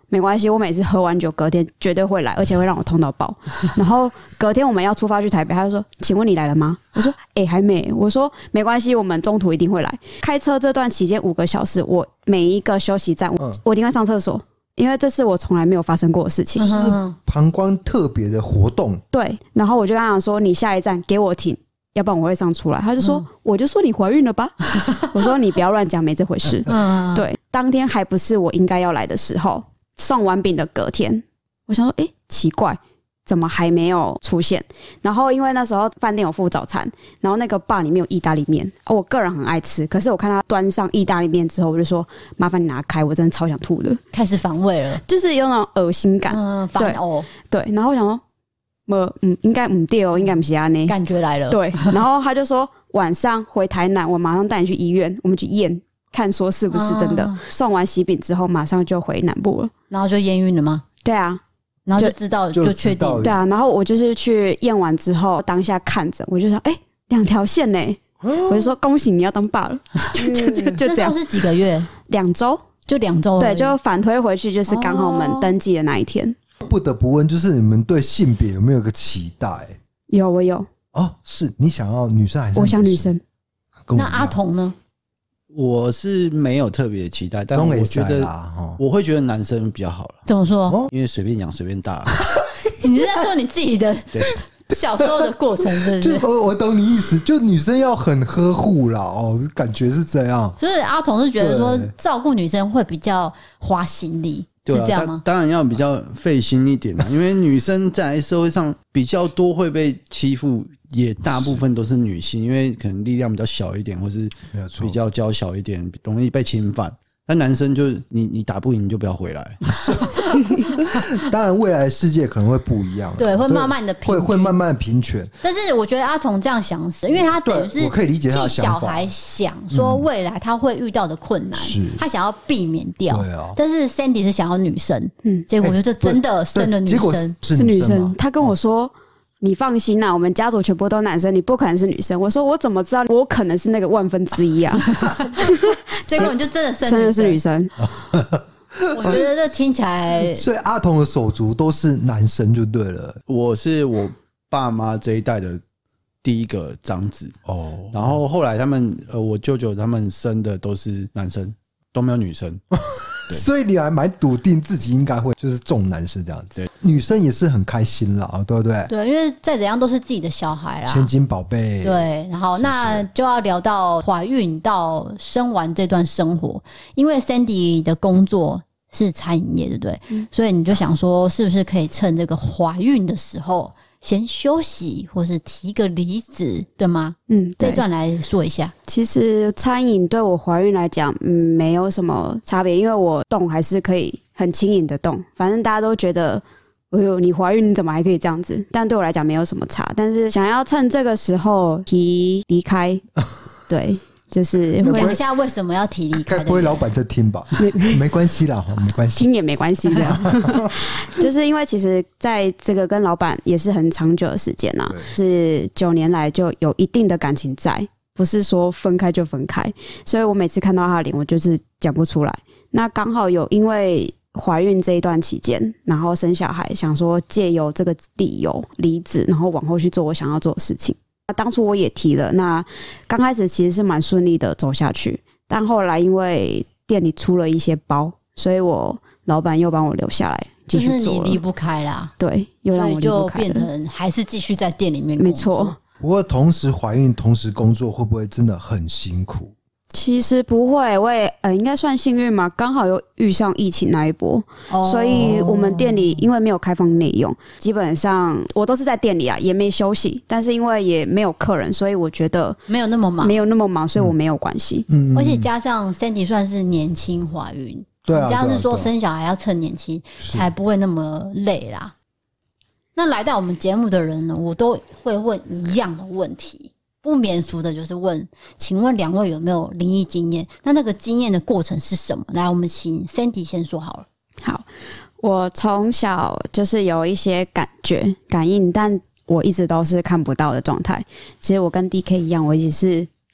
没关系，我每次喝完酒隔天绝对会来，而且会让我痛到爆。然后隔天我们要出发去台北，他就说请问你来了吗？我说哎、欸、还没。我说没关系，我们中途一定会来。开车这段期间五个小时，我每一个休息站 我,、嗯、我一定会上厕所，因为这是我从来没有发生过的事情， 是膀胱特别的活动。 对，然后我就跟他讲说你下一站给我停，要不然我会上出来。他就说、嗯、我就说你怀孕了吧。我说你不要乱讲，没这回事。嗯，对，当天还不是我应该要来的时候，送完饼的隔天，我想说诶奇怪怎么还没有出现。然后因为那时候饭店有附早餐，然后那个bar里面有意大利面、哦、我个人很爱吃，可是我看他端上意大利面之后，我就说麻烦你拿开，我真的超想吐的， 开始反胃了， 就是有那种恶心感。 嗯，反哦， 对，然后我想说呃嗯，应该不对哦，应该不是这样， 感觉来了。 对，然后他就说晚上回台南，我马上带你去医院，我们去验看说是不是真的、啊、送完喜饼之后马上就回南部了。 然后就验孕了吗？ 对啊， 然后就知道就确定。 对啊，然后我就是去验完之后当下看着我就说哎两条线呢、嗯、我就说恭喜你要当爸了。就就就就这样。 那时候是几个月？ 两周， 就两周。 对，就反推回去就是刚好我们登记的那一天、 哦、不得不问，就是你们对性别有没有个期待？ 有，我有。 哦，是你想要女生还是女生？ 我想女生。 那阿童呢？ 我是没有特别期待，但我觉得我会觉得男生比较好了。 怎么说？ 因为随便养随便大。 你是在说你自己的小时候的过程是不是？ 就我我懂你意思，就女生要很呵护啦，哦，感觉是这样。 所以阿童是觉得说照顾女生会比较花心力。是这样吗？ 啊、当然要比较费心一点、啊、因为女生在社会上比较多会被欺负，也大部分都是女性，因为可能力量比较小一点，或是比较娇小一点，容易被侵犯。但男生就你你打不赢你就不要回来。 当然未来的世界可能会不一样， 对，会慢慢的平会会慢慢的平权。 但是我觉得阿童这样想是因为他等于是我可以理解他的想法， 替小孩想说未来他会遇到的困难、嗯、他想要避免掉。对啊，但是 Sandy 是想要女生，嗯，结果就真的生了女生、欸、 是女生。他跟我说你放心啦、啊，我们家族全部都男生，你不可能是女生。我说我怎么知道我可能是那个万分之一啊？ 结果你就真的生真的是女生。 我觉得这听起来， 所以阿童的手足都是男生就对了。 我是我爸妈这一代的第一个长子哦，然后后来他们呃，我舅舅他们生的都是男生，都没有女生。 所以你还蛮笃定自己应该会就是重男生这样子，女生也是很开心啦，对不对？ 对，因为再怎样都是自己的小孩啦， 千金宝贝。 对，然后那就要聊到怀孕到生完这段生活，因为 Sandy 的工作是餐饮业，对不对？嗯、所以你就想说，是不是可以趁这个怀孕的时候先休息，或是提个离职，对吗？嗯，这段来说一下。 其实餐饮对我怀孕来讲，嗯，没有什么差别，因为我动还是可以很轻盈的动，反正大家都觉得，哎呦，你怀孕你怎么还可以这样子？但对我来讲没有什么差，但是想要趁这个时候提离开，对。就是讲一下为什么要提离开， 该不会老板在听吧？没关系啦，没关系， 听也没关系的。就是因为其实在这个跟老板也是很长久的时间啊，是九年来就有一定的感情在，不是说分开就分开，所以我每次看到他的脸，我就是讲不出来。那刚好有因为怀孕这一段期间，然后生小孩，想说借由这个理由离职，然后往后去做我想要做的事情。当初我也提了，那刚开始其实是蛮顺利的走下去，但后来因为店里出了一些包，所以我老板又帮我留下来继续做了， 就是你离不开啦。 对，又让我离不开了， 所以就变成还是继续在店里面工作。 没错。 不过同时怀孕同时工作会不会真的很辛苦？ 其实不会，我也呃应该算幸运嘛，刚好又遇上疫情那一波、哦、所以我们店里因为没有开放内用，基本上我都是在店里啊，也没休息，但是因为也没有客人，所以我觉得没有那么忙， 没有那么忙，所以我没有关系、 嗯、而且加上 Sandy 算是年轻怀孕， 对啊， 这样是说生小孩要趁年轻才不会那么累啦。那来到我们节目的人呢，我都会问一样的问题，不免俗的就是问，请问两位有没有灵异经验？那那个经验的过程是什么？来，我们请 Sandy 先说好了。 好，我从小就是有一些感觉感应，但我一直都是看不到的状态。其实我跟 D K 一样，我一直是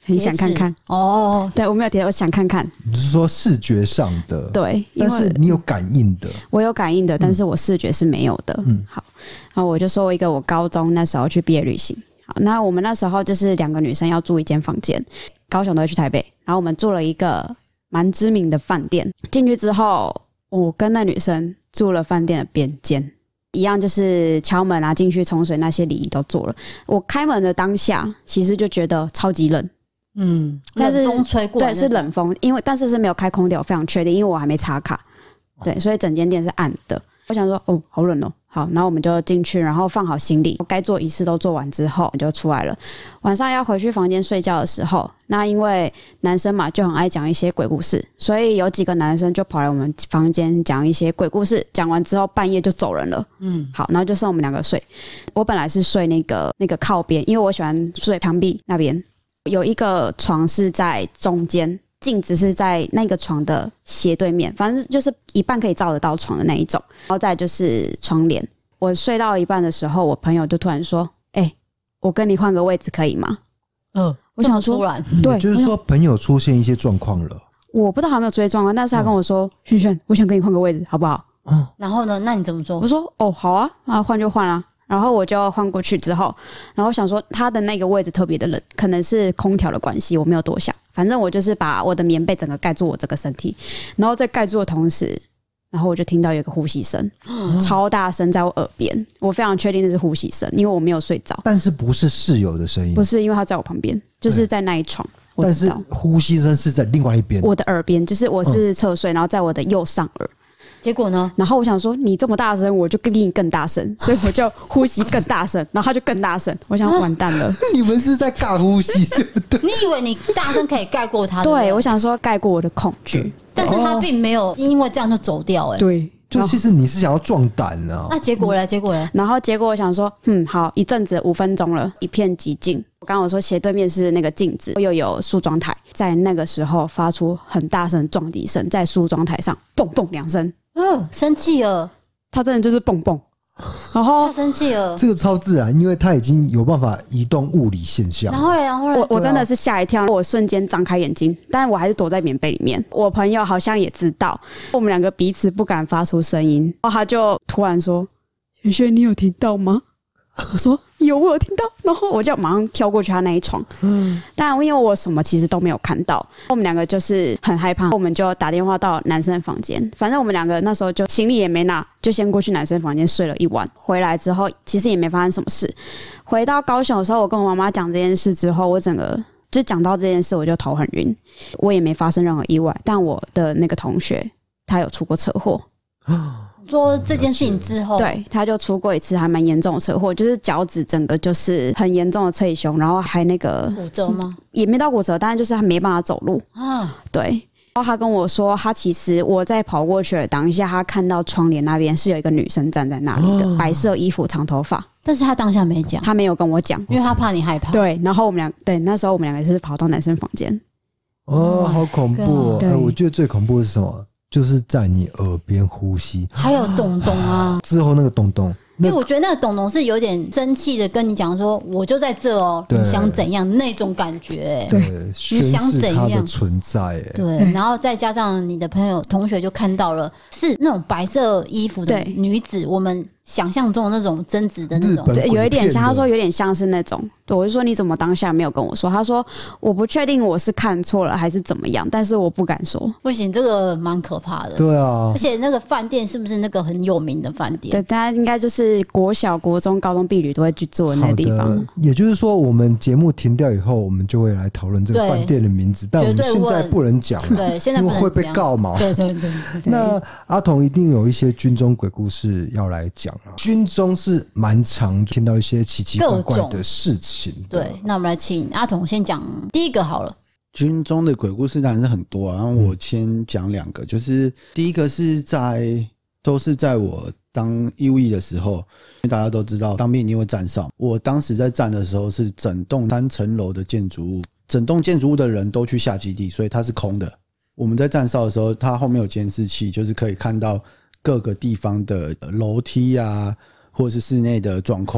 很想看看哦。 对，我没有贴，我想看看。 你是说视觉上的？ 对， 但是你有感应的。 我有感应的，但是我视觉是没有的。嗯，好，然后我就说一个我高中那时候去毕业旅行。好，那我们那时候就是两个女生要住一间房间，高雄都会去台北，然后我们住了一个蛮知名的饭店。进去之后，我跟那女生住了饭店的边间。一样就是敲门啊，进去冲水那些礼仪都做了。我开门的当下，其实就觉得超级冷， 嗯，但是冷风吹过来， 对，是冷风，因为但是是没有开空调，我非常确定，因为我还没插卡，对，所以整间店是暗的。我想说，哦，好冷哦，好，然后我们就进去，然后放好行李，该做仪式都做完之后，我们就出来了。晚上要回去房间睡觉的时候，那因为男生嘛就很爱讲一些鬼故事，所以有几个男生就跑来我们房间讲一些鬼故事，讲完之后半夜就走人了。嗯，好，然后就剩我们两个睡。我本来是睡那个那个靠边，因为我喜欢睡墙壁那边，有一个床是在中间。镜子是在那个床的斜对面，反正就是一半可以照得到床的那一种，然后再来就是窗帘。我睡到一半的时候，我朋友就突然说：“哎、欸，我跟你换个位置可以吗？” 嗯、呃，我想说，突然， 对， 就是说朋友出现一些状况了， 我不知道他有没有追状况，但是他跟我说：“萱、嗯、萱，我想跟你换个位置，好不好？” 嗯，然后呢？那你怎么说？ 我说：“哦，好啊，啊，换就换啊。”然后我就换过去之后，然后想说他的那个位置特别的冷，可能是空调的关系，我没有多想。反正我就是把我的棉被整个盖住我这个身体，然后在盖住的同时，然后我就听到有一个呼吸声，嗯、超大声在我耳边，我非常确定那是呼吸声，因为我没有睡着。 但是不是室友的声音？ 不是，因为他在我旁边，就是在那一床。 但是呼吸声是在另外一边， 我的耳边，就是我是侧睡，然后在我的右上耳。 结果呢？ 然后我想说，你这么大声，我就比你更大声，所以我就呼吸更大声，然后他就更大声。我想完蛋了， 你们是在尬呼吸，对不对？ 你以为你大声可以盖过他？ 对，我想说盖过我的恐惧， 但是他并没有因为这样就走掉、欸。哎， 对， 就其实你是想要壮胆啊。 那结果呢？结果呢？ 然后结果我想说，嗯，好，一阵子五分钟了，一片寂静。我刚刚我说斜对面是那个镜子，又有梳妆台，在那个时候发出很大声的撞击声，在梳妆台上蹦蹦两声。 嗯，生气了， 他真的就是蹦蹦，然后他生气了， 这个超自然，因为他已经有办法移动物理现象。 然后嘞，然后嘞， 我我真的是吓一跳，我瞬间张开眼睛，但我还是躲在棉被里面。我朋友好像也知道，我们两个彼此不敢发出声音，然后他就突然说：“萱萱，你有听到吗？”我说有，我有听到，然后我就马上跳过去他那一床。嗯，但因为我什么其实都没有看到，我们两个就是很害怕，我们就打电话到男生的房间。反正我们两个那时候就行李也没拿，就先过去男生房间睡了一晚。回来之后，其实也没发生什么事。回到高雄的时候，我跟我妈妈讲这件事之后，我整个就讲到这件事，我就头很晕。我也没发生任何意外，但我的那个同学他有出过车祸。 说这件事情之后， 对，他就出过一次还蛮严重的车祸，就是脚趾整个就是很严重的侧胸，然后还那个骨折吗？ 也没到骨折，但是就是他没办法走路啊。对，然后他跟我说，他其实我在跑过去的当下，他看到窗帘那边是有一个女生站在那里的，哦、白色衣服、长头发， 但是他当下没讲， 他没有跟我讲， 因为他怕你害怕。 对，然后我们俩对那时候我们两个是跑到男生房间， 哦，好恐怖哦！哎、欸，我觉得最恐怖的是什么？就是在你耳边呼吸， 还有咚咚啊！ 之后那个咚咚， 因为我觉得那个咚咚是有点生气的，跟你讲说，我就在这哦，你想怎样那种感觉？ 对， 你想怎样？ 他的存在， 对，然后再加上你的朋友同学就看到了，是那种白色衣服的女子，我们想象中的那种贞子的那种， 对，有一点像。他说有点像是那种，我就说你怎么当下没有跟我说？他说我不确定我是看错了还是怎么样，但是我不敢说。 不行，这个蛮可怕的。 对啊， 而且那个饭店是不是那个很有名的饭店？ 对，大家应该就是国小、国中、高中毕旅都会去住的那个地方。 也就是说，我们节目停掉以后，我们就会来讨论这个饭店的名字，但我们现在不能讲， 对，现在不能讲， 会被告嘛。 对对 对, 对, 对。 那阿童一定有一些军中鬼故事要来讲啊，军中是蛮常听到一些奇奇怪怪的事情的。 对，那我们来请阿童先讲第一个好了。 军中的鬼故事当然是很多啊，然后我先讲两个，就是第一个是在都是在我当义务役的时候，大家都知道当兵一定会站哨，我当时在站的时候是整栋三层楼的建筑物，整栋建筑物的人都去下基地，所以它是空的。我们在站哨的时候，它后面有监视器，就是可以看到各个地方的楼梯啊，或者是室内的状况。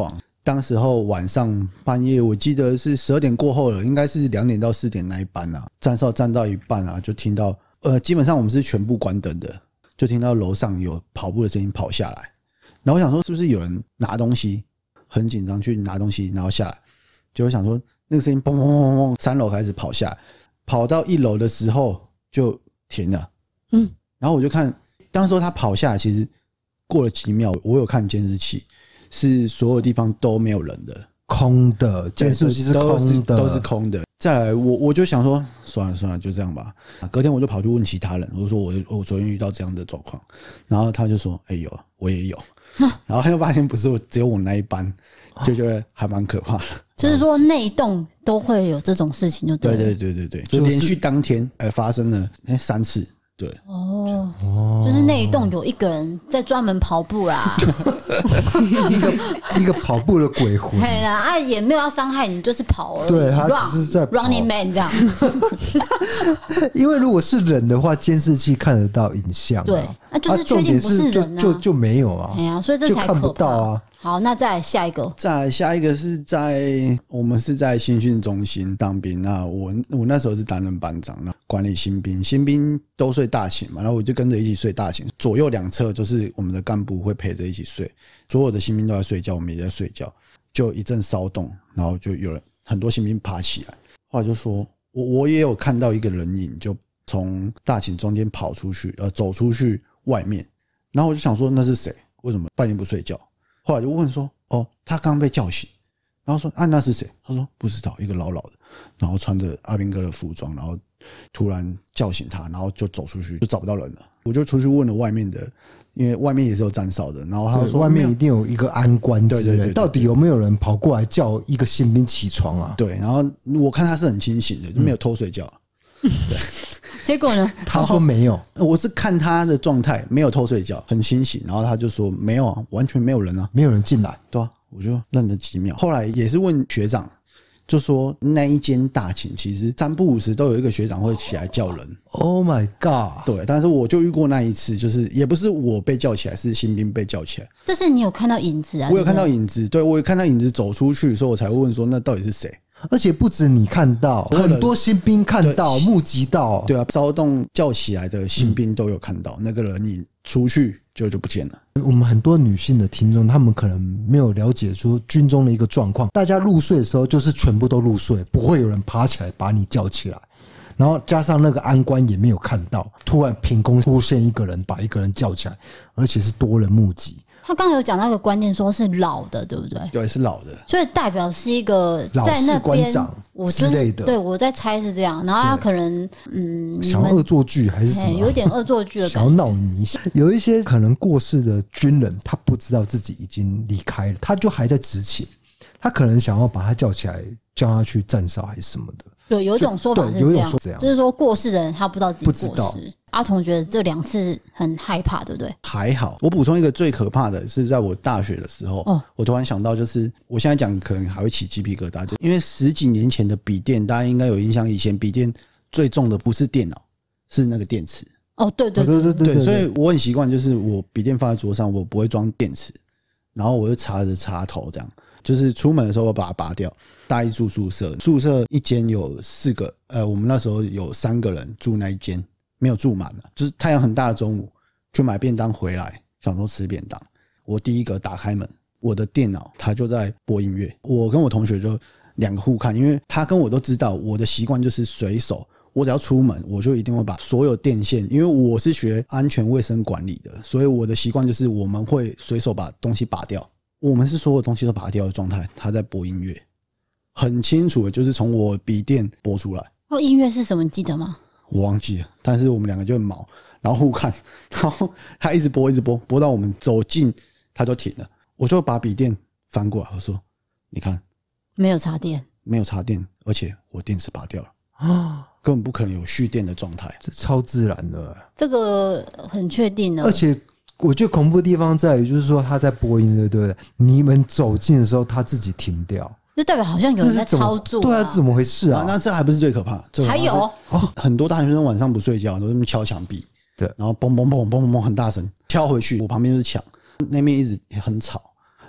当时候晚上半夜，我记得是十二点过后了，应该是两点到四点那一班啊，站哨站到一半啊，就听到呃，基本上我们是全部关灯的，就听到楼上有跑步的声音跑下来，然后我想说是不是有人拿东西，很紧张去拿东西，然后下来，就我想说那个声音嘣嘣嘣嘣，三楼开始跑下来，跑到一楼的时候就停了，嗯，然后我就看，当时候他跑下来，其实过了几秒，我有看监视器。是所有地方都没有人的， 空的，监视器是空的， 都是空的。再来，我我就想说，算了算了，就这样吧。隔天我就跑去问其他人，我说我我昨天遇到这样的状况，然后他就说，哎、欸、有，我也有，然后他就发现不是我只有我那一班，就觉得还蛮可怕的。 就是说那一栋都会有这种事情就对了， 对对对对对，就连续当天呃发生了哎三次。对哦，就是那一栋有一个人在专门跑步啦， 一个一个跑步的鬼魂， 对啦，啊也没有要伤害你，就是跑而已， 对他只是在 Running Man 这样。 因为如果是人的话，监视器看得到影像、啊， 对，那、啊、就是确定不是人啊， 啊、就就就没有啊， 哎呀，所以这才可怕就看不到啊。 好，那再来下一个， 再来下一个是在我们是在新训中心当兵，那我我那时候是担任班长，那管理新兵，新兵都睡大寝嘛，然后我就跟着一起睡大寝，左右两侧就是我们的干部会陪着一起睡，所有的新兵都在睡觉，我们也在睡觉，就一阵骚动，然后就有人很多新兵爬起来，后来就说我我也有看到一个人影，就从大寝中间跑出去，呃，走出去外面，然后我就想说那是谁？为什么半夜不睡觉？后来就问说，哦，他刚被叫醒，然后说啊那是谁？他说不知道，一个老老的，然后穿着阿兵哥的服装，然后突然叫醒他，然后就走出去，就找不到人了。我就出去问了外面的，因为外面也是有站哨的，然后他说外面一定有一个安官之类的， 对对 对, 对, 对， 到底有没有人跑过来叫一个新兵起床啊？ 对，然后我看他是很清醒的，就没有偷睡觉。 嗯、对，结果呢？ 他说没有， 我是看他的状态没有偷睡觉，很清醒，然后他就说没有啊，完全没有人啊， 没有人进来。 对啊，我就愣了几秒，后来也是问学长。就说那一间大寝其实三不五时都有一个学长会起来叫人。 Oh my god！ 对，但是我就遇过那一次，就是也不是我被叫起来，是新兵被叫起来。 但是你有看到影子啊？ 我有看到影子，对，我有看到影子走出去，所以我才会问说那到底是谁？ 而且不止你看到，很多新兵看到、目击到。 对啊，骚动叫起来的新兵都有看到，嗯、那个人你出去就就不见了。 我们很多女性的听众，她们可能没有了解出军中的一个状况。大家入睡的时候，就是全部都入睡，不会有人爬起来把你叫起来。然后加上那个安官也没有看到，突然凭空出现一个人把一个人叫起来，而且是多人目击。 他刚刚有讲到一个关键，说是老的，对不对？ 对，是老的， 所以代表是一个在那边我之类的。 对，我在猜是这样。然后他可能嗯， 想要恶作剧还是什么？ 有点恶作剧的感觉。 想要闹你一下。有一些可能过世的军人，他不知道自己已经离开了，他就还在执勤，他可能想要把他叫起来，叫他去站哨还是什么的。 有有一种说法是这样， 这样就是说过世的人他不知道自己过世。阿童觉得这两次很害怕，对不对？ 还好，我补充一个最可怕的是在我大学的时候，哦、我突然想到，就是我现在讲可能还会起鸡皮疙瘩，就因为十几年前的笔电，大家应该有印象，以前笔电最重的不是电脑，是那个电池。 哦，对对对对对 对, 对， 所以我很习惯，就是我笔电放在桌上，我不会装电池，然后我就插着插头这样。就是出门的时候我把它拔掉。大一住宿舍，宿舍一间有四个，呃，我们那时候有三个人住那一间，没有住满了。就是太阳很大的中午，去买便当回来，想说吃便当。我第一个打开门，我的电脑它就在播音乐。我跟我同学就两个互看，因为他跟我都知道我的习惯就是随手，我只要出门，我就一定会把所有电线，因为我是学安全卫生管理的，所以我的习惯就是我们会随手把东西拔掉。我们是所有东西都拔掉的状态，他在播音乐，很清楚的就是从我笔电播出来。 哦，音乐是什么你记得吗？ 我忘记了，但是我们两个就很毛，然后互看，然后他一直播一直播，播到我们走近他就停了。我就把笔电翻过来，我说你看没有插电， 没有插电，而且我电池拔掉了啊，根本不可能有蓄电的状态， 这超自然的， 这个很确定的。 而且我觉得恐怖的地方在于，就是说他在播音，对不对？你们走近的时候，他自己停掉， 就代表好像有人在操作、啊。 对啊，这怎么回事啊？ 啊那这还不是最可怕， 还有、 哦、很多大学生晚上不睡觉，都在那边敲墙壁， 对， 然后嘣嘣嘣嘣嘣很大声敲回去，我旁边就是墙，那边一直很吵，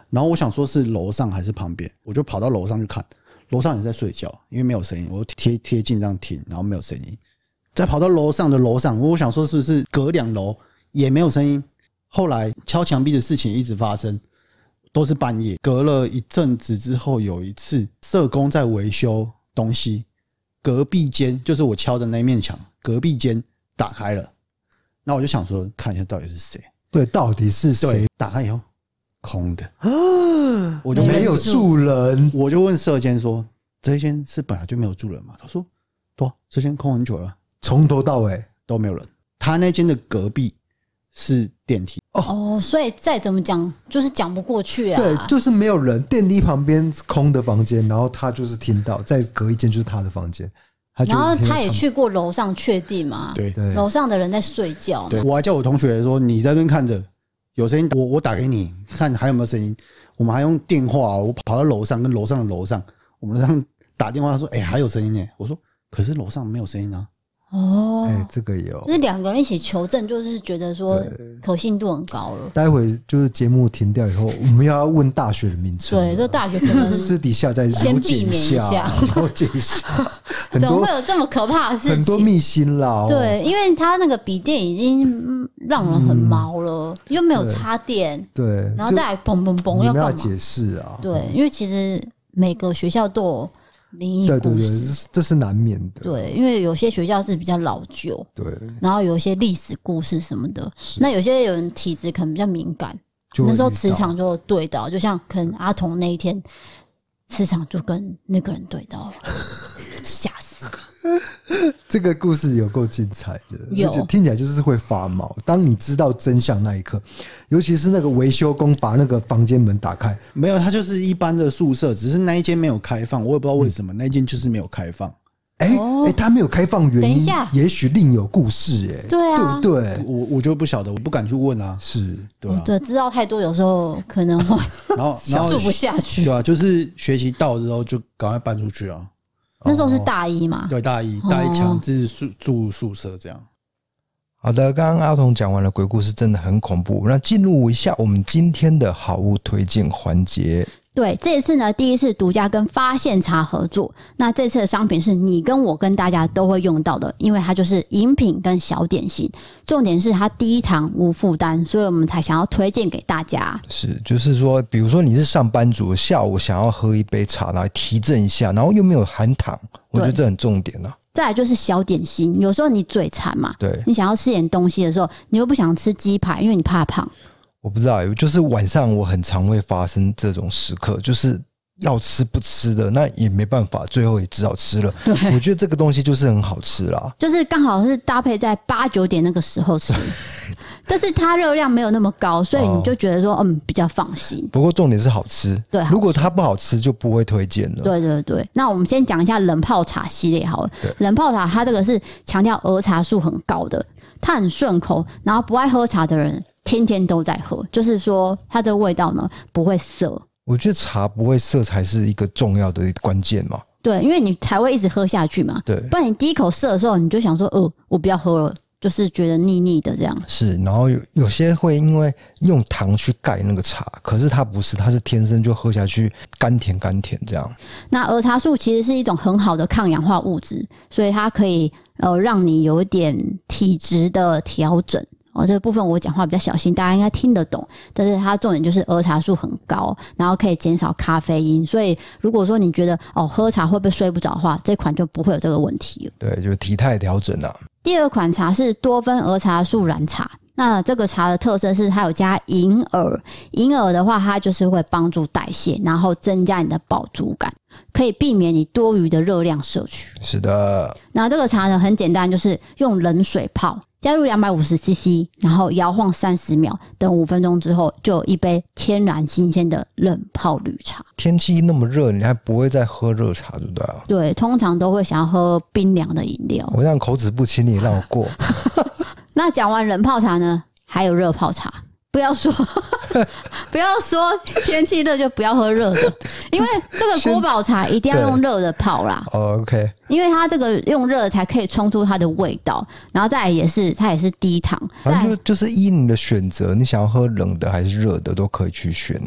然后我想说是楼上还是旁边，我就跑到楼上去看，楼上也在睡觉，因为没有声音，我贴贴近这样听，然后没有声音。再跑到楼上的楼上，我想说是不是隔两楼也没有声音。后来敲墙壁的事情一直发生，都是半夜。隔了一阵子之后，有一次社工在维修东西，隔壁间就是我敲的那面墙，隔壁间打开了。那我就想说，看一下到底是谁？ 对，到底是谁？ 打开以后，空的， 我就没有住人。 我就问舍监说：“这一间是本来就没有住人吗？”他说：“对啊，这间空很久了， 从头到尾都没有人。”他那间的隔壁是电梯哦，所以再怎么讲就是讲不过去啊。 对，就是没有人，电梯旁边空的房间，然后他就是听到，再隔一间就是他的房间。 然后他也去过楼上确定嘛？ 对， 楼上的人在睡觉。 对，我还叫我同学说：“你在那边看着，有声音，我我打给你，看还有没有声音。”我们还用电话，我跑到楼上，跟楼上的楼上，我们上打电话说：“哎、欸，还有声音呢。”我说：“可是楼上没有声音啊。” 哦， 哎、欸，这个有， 就是两个人一起求证，就是觉得说可信度很高了。 待会就是节目停掉以后，我们要问大学的名称。 对，这大学可能私底下再先避免一下， 了解一下。 怎么会有这么可怕的事情？ 很多秘辛啦、哦。 对，因为他那个笔电已经让人很毛了，嗯、又没有插电， 对， 然后再来嘣嘣嘣要干嘛？ 要解释啊。 对，因为其实每个学校都有灵异故事， 对对对，这是难免的。 对，因为有些学校是比较老旧， 对， 然后有一些历史故事什么的。那有些有人体质可能比较敏感，那时候磁场就对到，就像可能阿童那一天磁场就跟那个人对到了，吓死！ 这个故事有够精彩的， 有听起来就是会发毛。当你知道真相那一刻，尤其是那个维修工把那个房间门打开， 没有，他就是一般的宿舍，只是那一间没有开放，我也不知道为什么、嗯、那一间就是没有开放。 哎、欸哦欸、他没有开放原因， 等一下， 也许另有故事、欸，哎， 对啊， 对不对？ 我我就不晓得，我不敢去问啊。 是， 对啊， 对，知道太多，有时候可能会然后然后住不下去， 对啊，就是学期到之后就赶快搬出去啊。 那时候是大一嘛？ 对，大一，大一强制住住宿舍这样。 好的，刚刚阿童讲完了鬼故事，真的很恐怖。那进入一下我们今天的好物推荐环节。 对，这一次呢，第一次独家跟发现茶合作。那这次的商品是你跟我跟大家都会用到的，因为它就是饮品跟小点心。重点是它低糖无负担，所以我们才想要推荐给大家。 是，就是说，比如说你是上班族，下午想要喝一杯茶来提振一下，然后又没有含糖，我觉得这很重点啊。 再来就是小点心，有时候你嘴馋嘛， 对， 你想要吃点东西的时候，你又不想吃鸡排，因为你怕胖。 我不知道，就是晚上我很常会发生这种时刻，就是要吃不吃的，那也没办法，最后也只好吃了。 对， 我觉得这个东西就是很好吃啦，就是刚好是搭配在八九点那个时候吃，但是它热量没有那么高，所以你就觉得说，嗯，比较放心。 不过重点是好吃， 对， 如果它不好吃就不会推荐了。 对对对，那我们先讲一下冷泡茶系列好了。冷泡茶它这个是强调儿茶素很高的，它很顺口，然后不爱喝茶的人天天都在喝，就是说它的味道呢不会涩。 我觉得茶不会涩才是一个重要的关键嘛。 对，因为你才会一直喝下去嘛。 对， 不然你第一口涩的时候，你就想说，呃，我不要喝了，就是觉得腻腻的这样。 是，然后有有些会因为用糖去盖那个茶，可是它不是，它是天生就喝下去甘甜甘甜这样。 那儿茶素其实是一种很好的抗氧化物质，所以它可以呃让你有一点体质的调整。哦，这个部分我讲话比较小心，大家应该听得懂。但是它重点就是儿茶素很高，然后可以减少咖啡因，所以如果说你觉得哦喝茶会不会睡不着的话，这款就不会有这个问题了。 对，就是体态调整啊。 第二款茶是多酚儿茶素燃茶。那这个茶的特色是它有加银耳，银耳的话它就是会帮助代谢，然后增加你的饱足感，可以避免你多余的热量摄取。 是的。 那这个茶呢很简单，就是用冷水泡，加入 两百五十 C C， 然后摇晃三十秒，等五分钟之后就有一杯天然新鲜的冷泡绿茶。 天气那么热，你还不会再喝热茶对不对啊？ 对，通常都会想要喝冰凉的饮料。 我这样口齿不清，你也让我过。 那讲完冷泡茶呢，还有热泡茶。不要说不要说天气热就不要喝热的，因为这个国宝茶一定要用热的泡啦。 哦 OK， 因为它这个用热的才可以冲出它的味道，然后再来也是它也是低糖， 反正就就是依你的选择，你想要喝冷的还是热的都可以去选啊。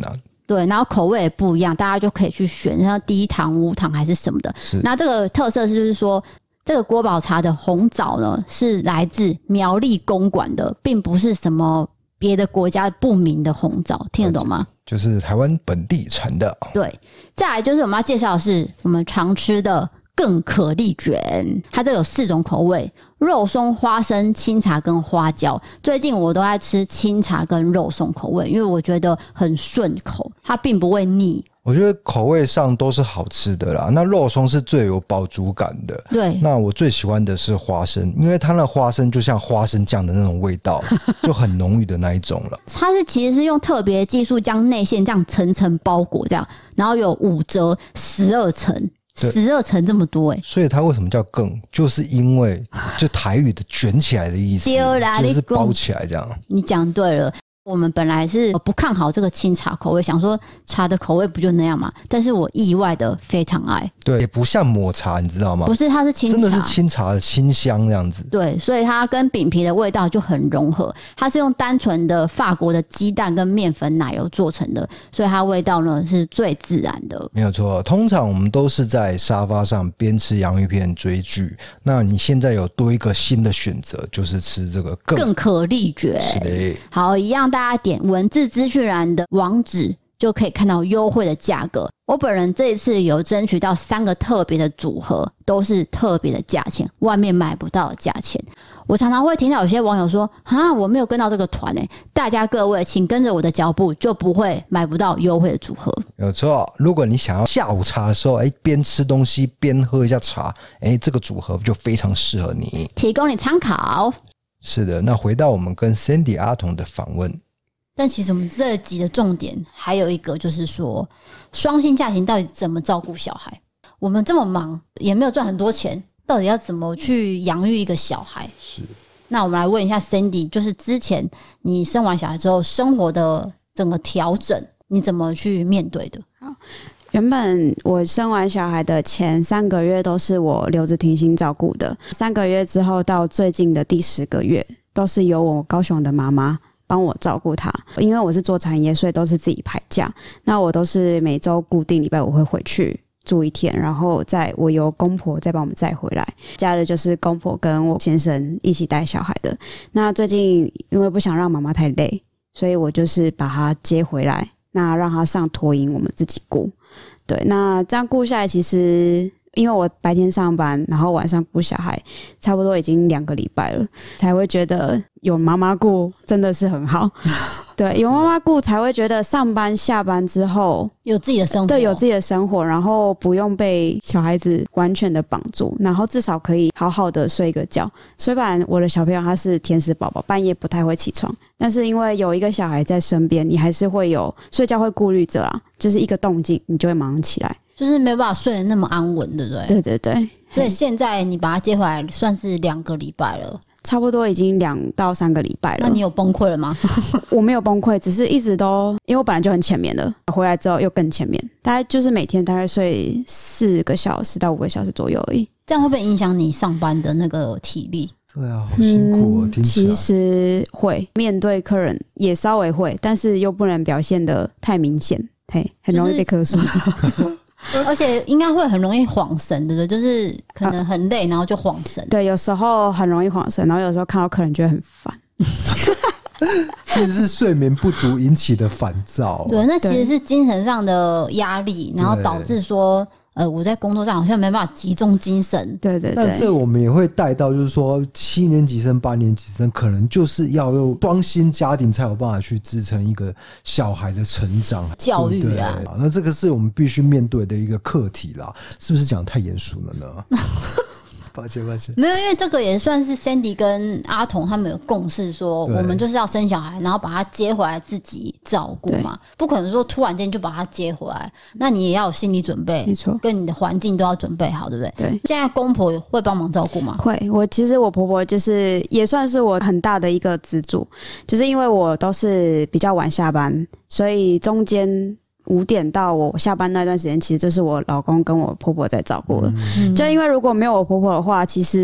对，然后口味也不一样，大家就可以去选，像低糖、无糖还是什么的。那这个特色是就是说，这个国宝茶的红枣呢是来自苗栗公馆的，并不是什么别的国家不明的红枣，听得懂吗？ 就是台湾本地产的。对， 再来就是我们要介绍的是我们常吃的更可丽卷，它这有四种口味：肉松、花生、清茶跟花椒。最近我都在吃清茶跟肉松口味，因为我觉得很顺口，它并不会腻。 我觉得口味上都是好吃的啦。那肉松是最有饱足感的， 对。 那我最喜欢的是花生，因为它那花生就像花生酱的那种味道，就很浓郁的那一种了。 它是其实是用特别技术将内馅这样层层包裹，这样，然后有五折十二层。十二层这么多哎、欸， 所以它为什么叫更？就是因为就台语的卷起来的意思，就是包起来这样。 你讲对了。我们本来是不看好这个清茶口味，想说茶的口味不就那样嘛，但是我意外的非常爱。 对，也不像抹茶，你知道吗？ 不是，它是清茶， 真的是清茶的清香这样子。 对，所以它跟饼皮的味道就很融合。它是用单纯的法国的鸡蛋跟面粉奶油做成的，所以它味道呢是最自然的。 没有错，通常我们都是在沙发上边吃洋芋片追剧，那你现在有多一个新的选择，就是吃这个更更可丽卷。 是的， 好，一样大家点文字资讯栏的网址就可以看到优惠的价格。我本人这一次有争取到三个特别的组合，都是特别的价钱，外面买不到的价钱。我常常会听到有些网友说啊，我没有跟到这个团欸，大家各位请跟着我的脚步，就不会买不到优惠的组合。 有错，如果你想要下午茶的时候哎，边吃东西边喝一下茶，哎，这个组合就非常适合你， 提供你参考。 是的，那回到我们跟 Sandy 阿童的访问， 但其实我们这集的重点还有一个，就是说双薪家庭到底怎么照顾小孩。我们这么忙也没有赚很多钱，到底要怎么去养育一个小孩？ 是。 那我们来问一下 Sandy， 就是之前你生完小孩之后生活的整个调整，你怎么去面对的？ 好，原本我生完小孩的前三个月都是我留着停薪照顾的，三个月之后到最近的第十个月都是由我高雄的妈妈帮我照顾他。因为我是做产业，所以都是自己排假，那我都是每周固定礼拜五会回去住一天，然后再我由公婆再帮我们载回来，假日就是公婆跟我先生一起带小孩的。那最近因为不想让妈妈太累，所以我就是把他接回来，那让他上托婴我们自己顾。对，那这样顾下来，其实因为我白天上班，然后晚上顾小孩，差不多已经两个礼拜了，才会觉得有妈妈顾真的是很好。对，有妈妈顾才会觉得上班下班之后有自己的生活， 对，有自己的生活，然后不用被小孩子完全的绑住，然后至少可以好好的睡个觉。虽然我的小朋友他是天使宝宝，半夜不太会起床，但是因为有一个小孩在身边，你还是会有睡觉会顾虑着啦，就是一个动静你就会马上起来， 就是没办法睡得那么安稳，对不对？ 对对对。 所以现在你把他接回来算是两个礼拜了， 差不多已经两到三个礼拜了。 那你有崩溃了吗？ 我没有崩溃，只是一直都因为我本来就很浅眠了，回来之后又更浅眠，大概就是每天大概睡四个小时到五个小时左右而已。 这样会不会影响你上班的那个体力？ 对啊，好辛苦哦、嗯、听起来。 其实会面对客人也稍微会，但是又不能表现得太明显，嘿，很容易被客诉。就是而且应该会很容易晃神，对不对？就是可能很累，然后就晃神、啊。 对，有时候很容易晃神，然后有时候看到客人觉得很烦。 其实是睡眠不足引起的烦躁。 对，那其实是精神上的压力，然后导致说，呃，我在工作上好像没办法集中精神。 对对对。 那这我们也会带到，就是说七年级生、八年级生，可能就是要用双薪家庭才有办法去支撑一个小孩的成长、 教育对对啊。 那这个是我们必须面对的一个课题啦，是不是讲太严肃了呢？抱歉抱歉， 没有，因为这个也算是 Sandy 跟阿童他们有共识说，我们就是要生小孩，然后把他接回来自己照顾嘛，不可能说突然间就把他接回来，那你也要有心理准备， 没错， 跟你的环境都要准备好，对不对？ 对。 现在公婆会帮忙照顾吗？ 会，我其实我婆婆就是也算是我很大的一个支柱，就是因为我都是比较晚下班，所以中间五点到我下班那段时间，其实就是我老公跟我婆婆在照顾了、嗯、就因为如果没有我婆婆的话，其实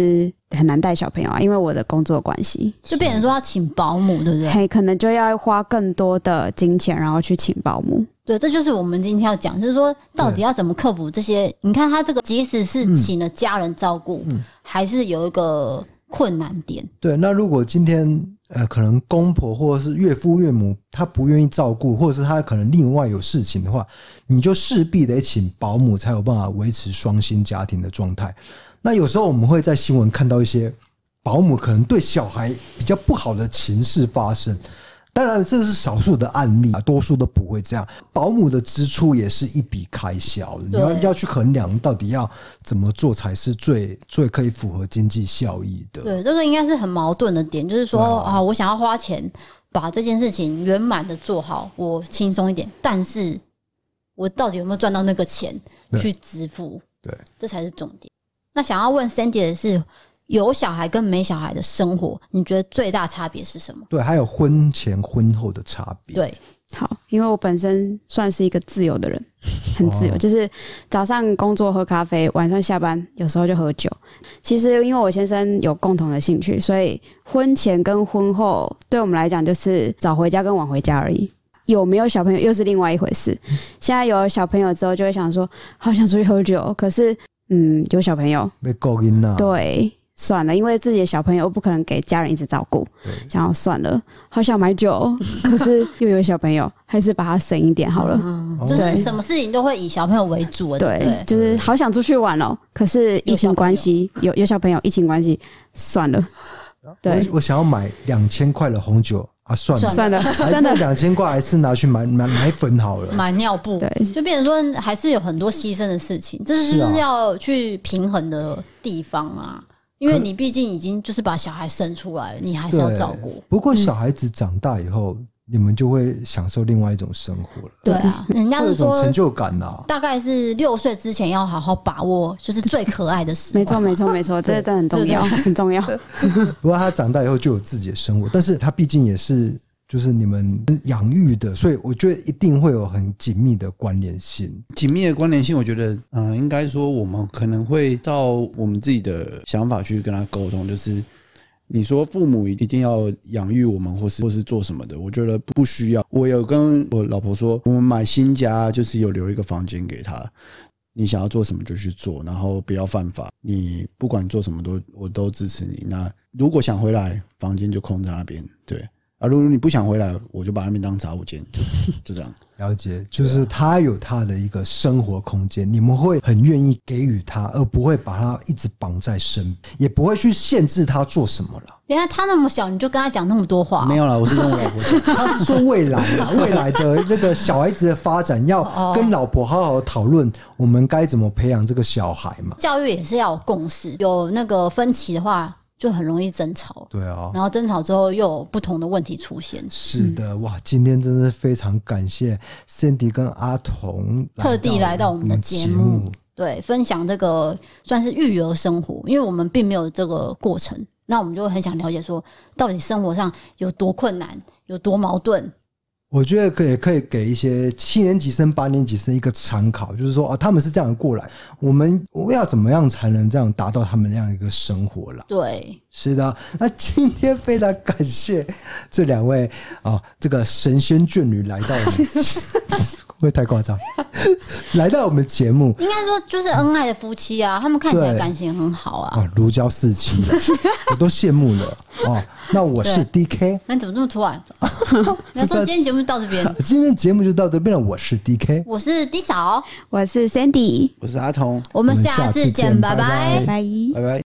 很难带小朋友啊，因为我的工作关系， 就变成说要请保姆，对不对？ 嘿，可能就要花更多的金钱，然后去请保姆。 对，这就是我们今天要讲，就是说到底要怎么克服这些。你看他这个，即使是请了家人照顾，嗯、还是有一个困难点。 对，那如果今天呃，可能公婆或者是岳父岳母他不愿意照顾，或者是他可能另外有事情的话，你就势必得请保姆，才有办法维持双薪家庭的状态。那有时候我们会在新闻看到一些保姆可能对小孩比较不好的情事发生。当然这是少数的案例，多数都不会这样。保姆的支出也是一笔开销，你要要去衡量到底要怎么做才是最最可以符合经济效益的。 对，这个应该是很矛盾的点，就是说啊，我想要花钱把这件事情圆满的做好，我轻松一点，但是我到底有没有赚到那个钱去支付？ 对， 这才是重点。那想要问 Sandy 的是，有小孩跟没小孩的生活，你觉得最大差别是什么？ 对，还有婚前婚后的差别。 对， 好，因为我本身算是一个自由的人，很自由，哦、就是早上工作喝咖啡，晚上下班有时候就喝酒。其实因为我先生有共同的兴趣，所以婚前跟婚后对我们来讲就是早回家跟晚回家而已。有没有小朋友又是另外一回事。现在有了小朋友之后，就会想说，好想出去喝酒，可是嗯，有小朋友被勾引了， 对。算了，因为自己的小朋友不可能给家人一直照顾，想要算了，好想买酒，可是又有小朋友，还是把它省一点好了。 嗯，就是什么事情都会以小朋友为主的，对， 对，就是好想出去玩哦，可是疫情关系，有有小朋友，疫情关系，算了。对， 我, 我想要买两千块的红酒啊，算了算了，真的两千块还是拿去买买奶粉好了， 买尿布， 对， 就变成说还是有很多牺牲的事情，这是就是要去平衡的地方啊。因为你毕竟已经就是把小孩生出来了，你还是要照顾。 不过小孩子长大以后，嗯、你们就会享受另外一种生活了。 对啊，人家是说成就感啊， 大概是六岁之前要好好把握，就是最可爱的时候。 没错，没错，没错，这真的很重要，很重要。 不过他长大以后就有自己的生活，但是他毕竟也是。就是你们养育的，所以我觉得一定会有很紧密的关联性。 紧密的关联性，我觉得，嗯、呃，应该说我们可能会照我们自己的想法去跟他沟通。就是你说父母一定要养育我们，或是或是做什么的，我觉得不需要。我有跟我老婆说，我们买新家就是有留一个房间给他。你想要做什么就去做，然后不要犯法。你不管做什么都我都支持你。那如果想回来，房间就空在那边，对。啊，如果你不想回来，我就把那边当杂物间，就就这样。 了解，就是他有他的一个生活空间，你们会很愿意给予他，而不会把他一直绑在身边，也不会去限制他做什么了。 原来他那么小，你就跟他讲那么多话、哦？ 没有啦，我是跟我老婆讲， 他是说未来啦，未来的那个小孩子的发展，要跟老婆好好讨论，我们该怎么培养这个小孩嘛。 教育也是要有共识，有那个分歧的话。就很容易争吵， 对啊， 然后争吵之后又有不同的问题出现。 是的，哇，今天真的非常感谢 Sandy 跟阿童特地来到我们的节目，目对，分享这个算是育儿生活，因为我们并没有这个过程，那我们就很想了解说，到底生活上有多困难，有多矛盾。 我觉得可以可以给一些七年级生、八年级生一个参考，就是说啊，他们是这样过来，我们要怎么样才能这样达到他们那样一个生活了？ 对， 是的。那今天非常感谢这两位啊，这个神仙眷侣来到我们，会不会太夸张？来到我们节目， 应该说就是恩爱的夫妻啊，他们看起来感情很好啊， 啊如胶似漆的，我都羡慕了哦。那我是 D K， 那你怎么这么突然？你要说今天节目到这边， 今天节目就到这边了。我是 D K， 我是 D 嫂， 我是 Sandy， 我是阿童， 我们下次见，拜拜， 拜拜拜。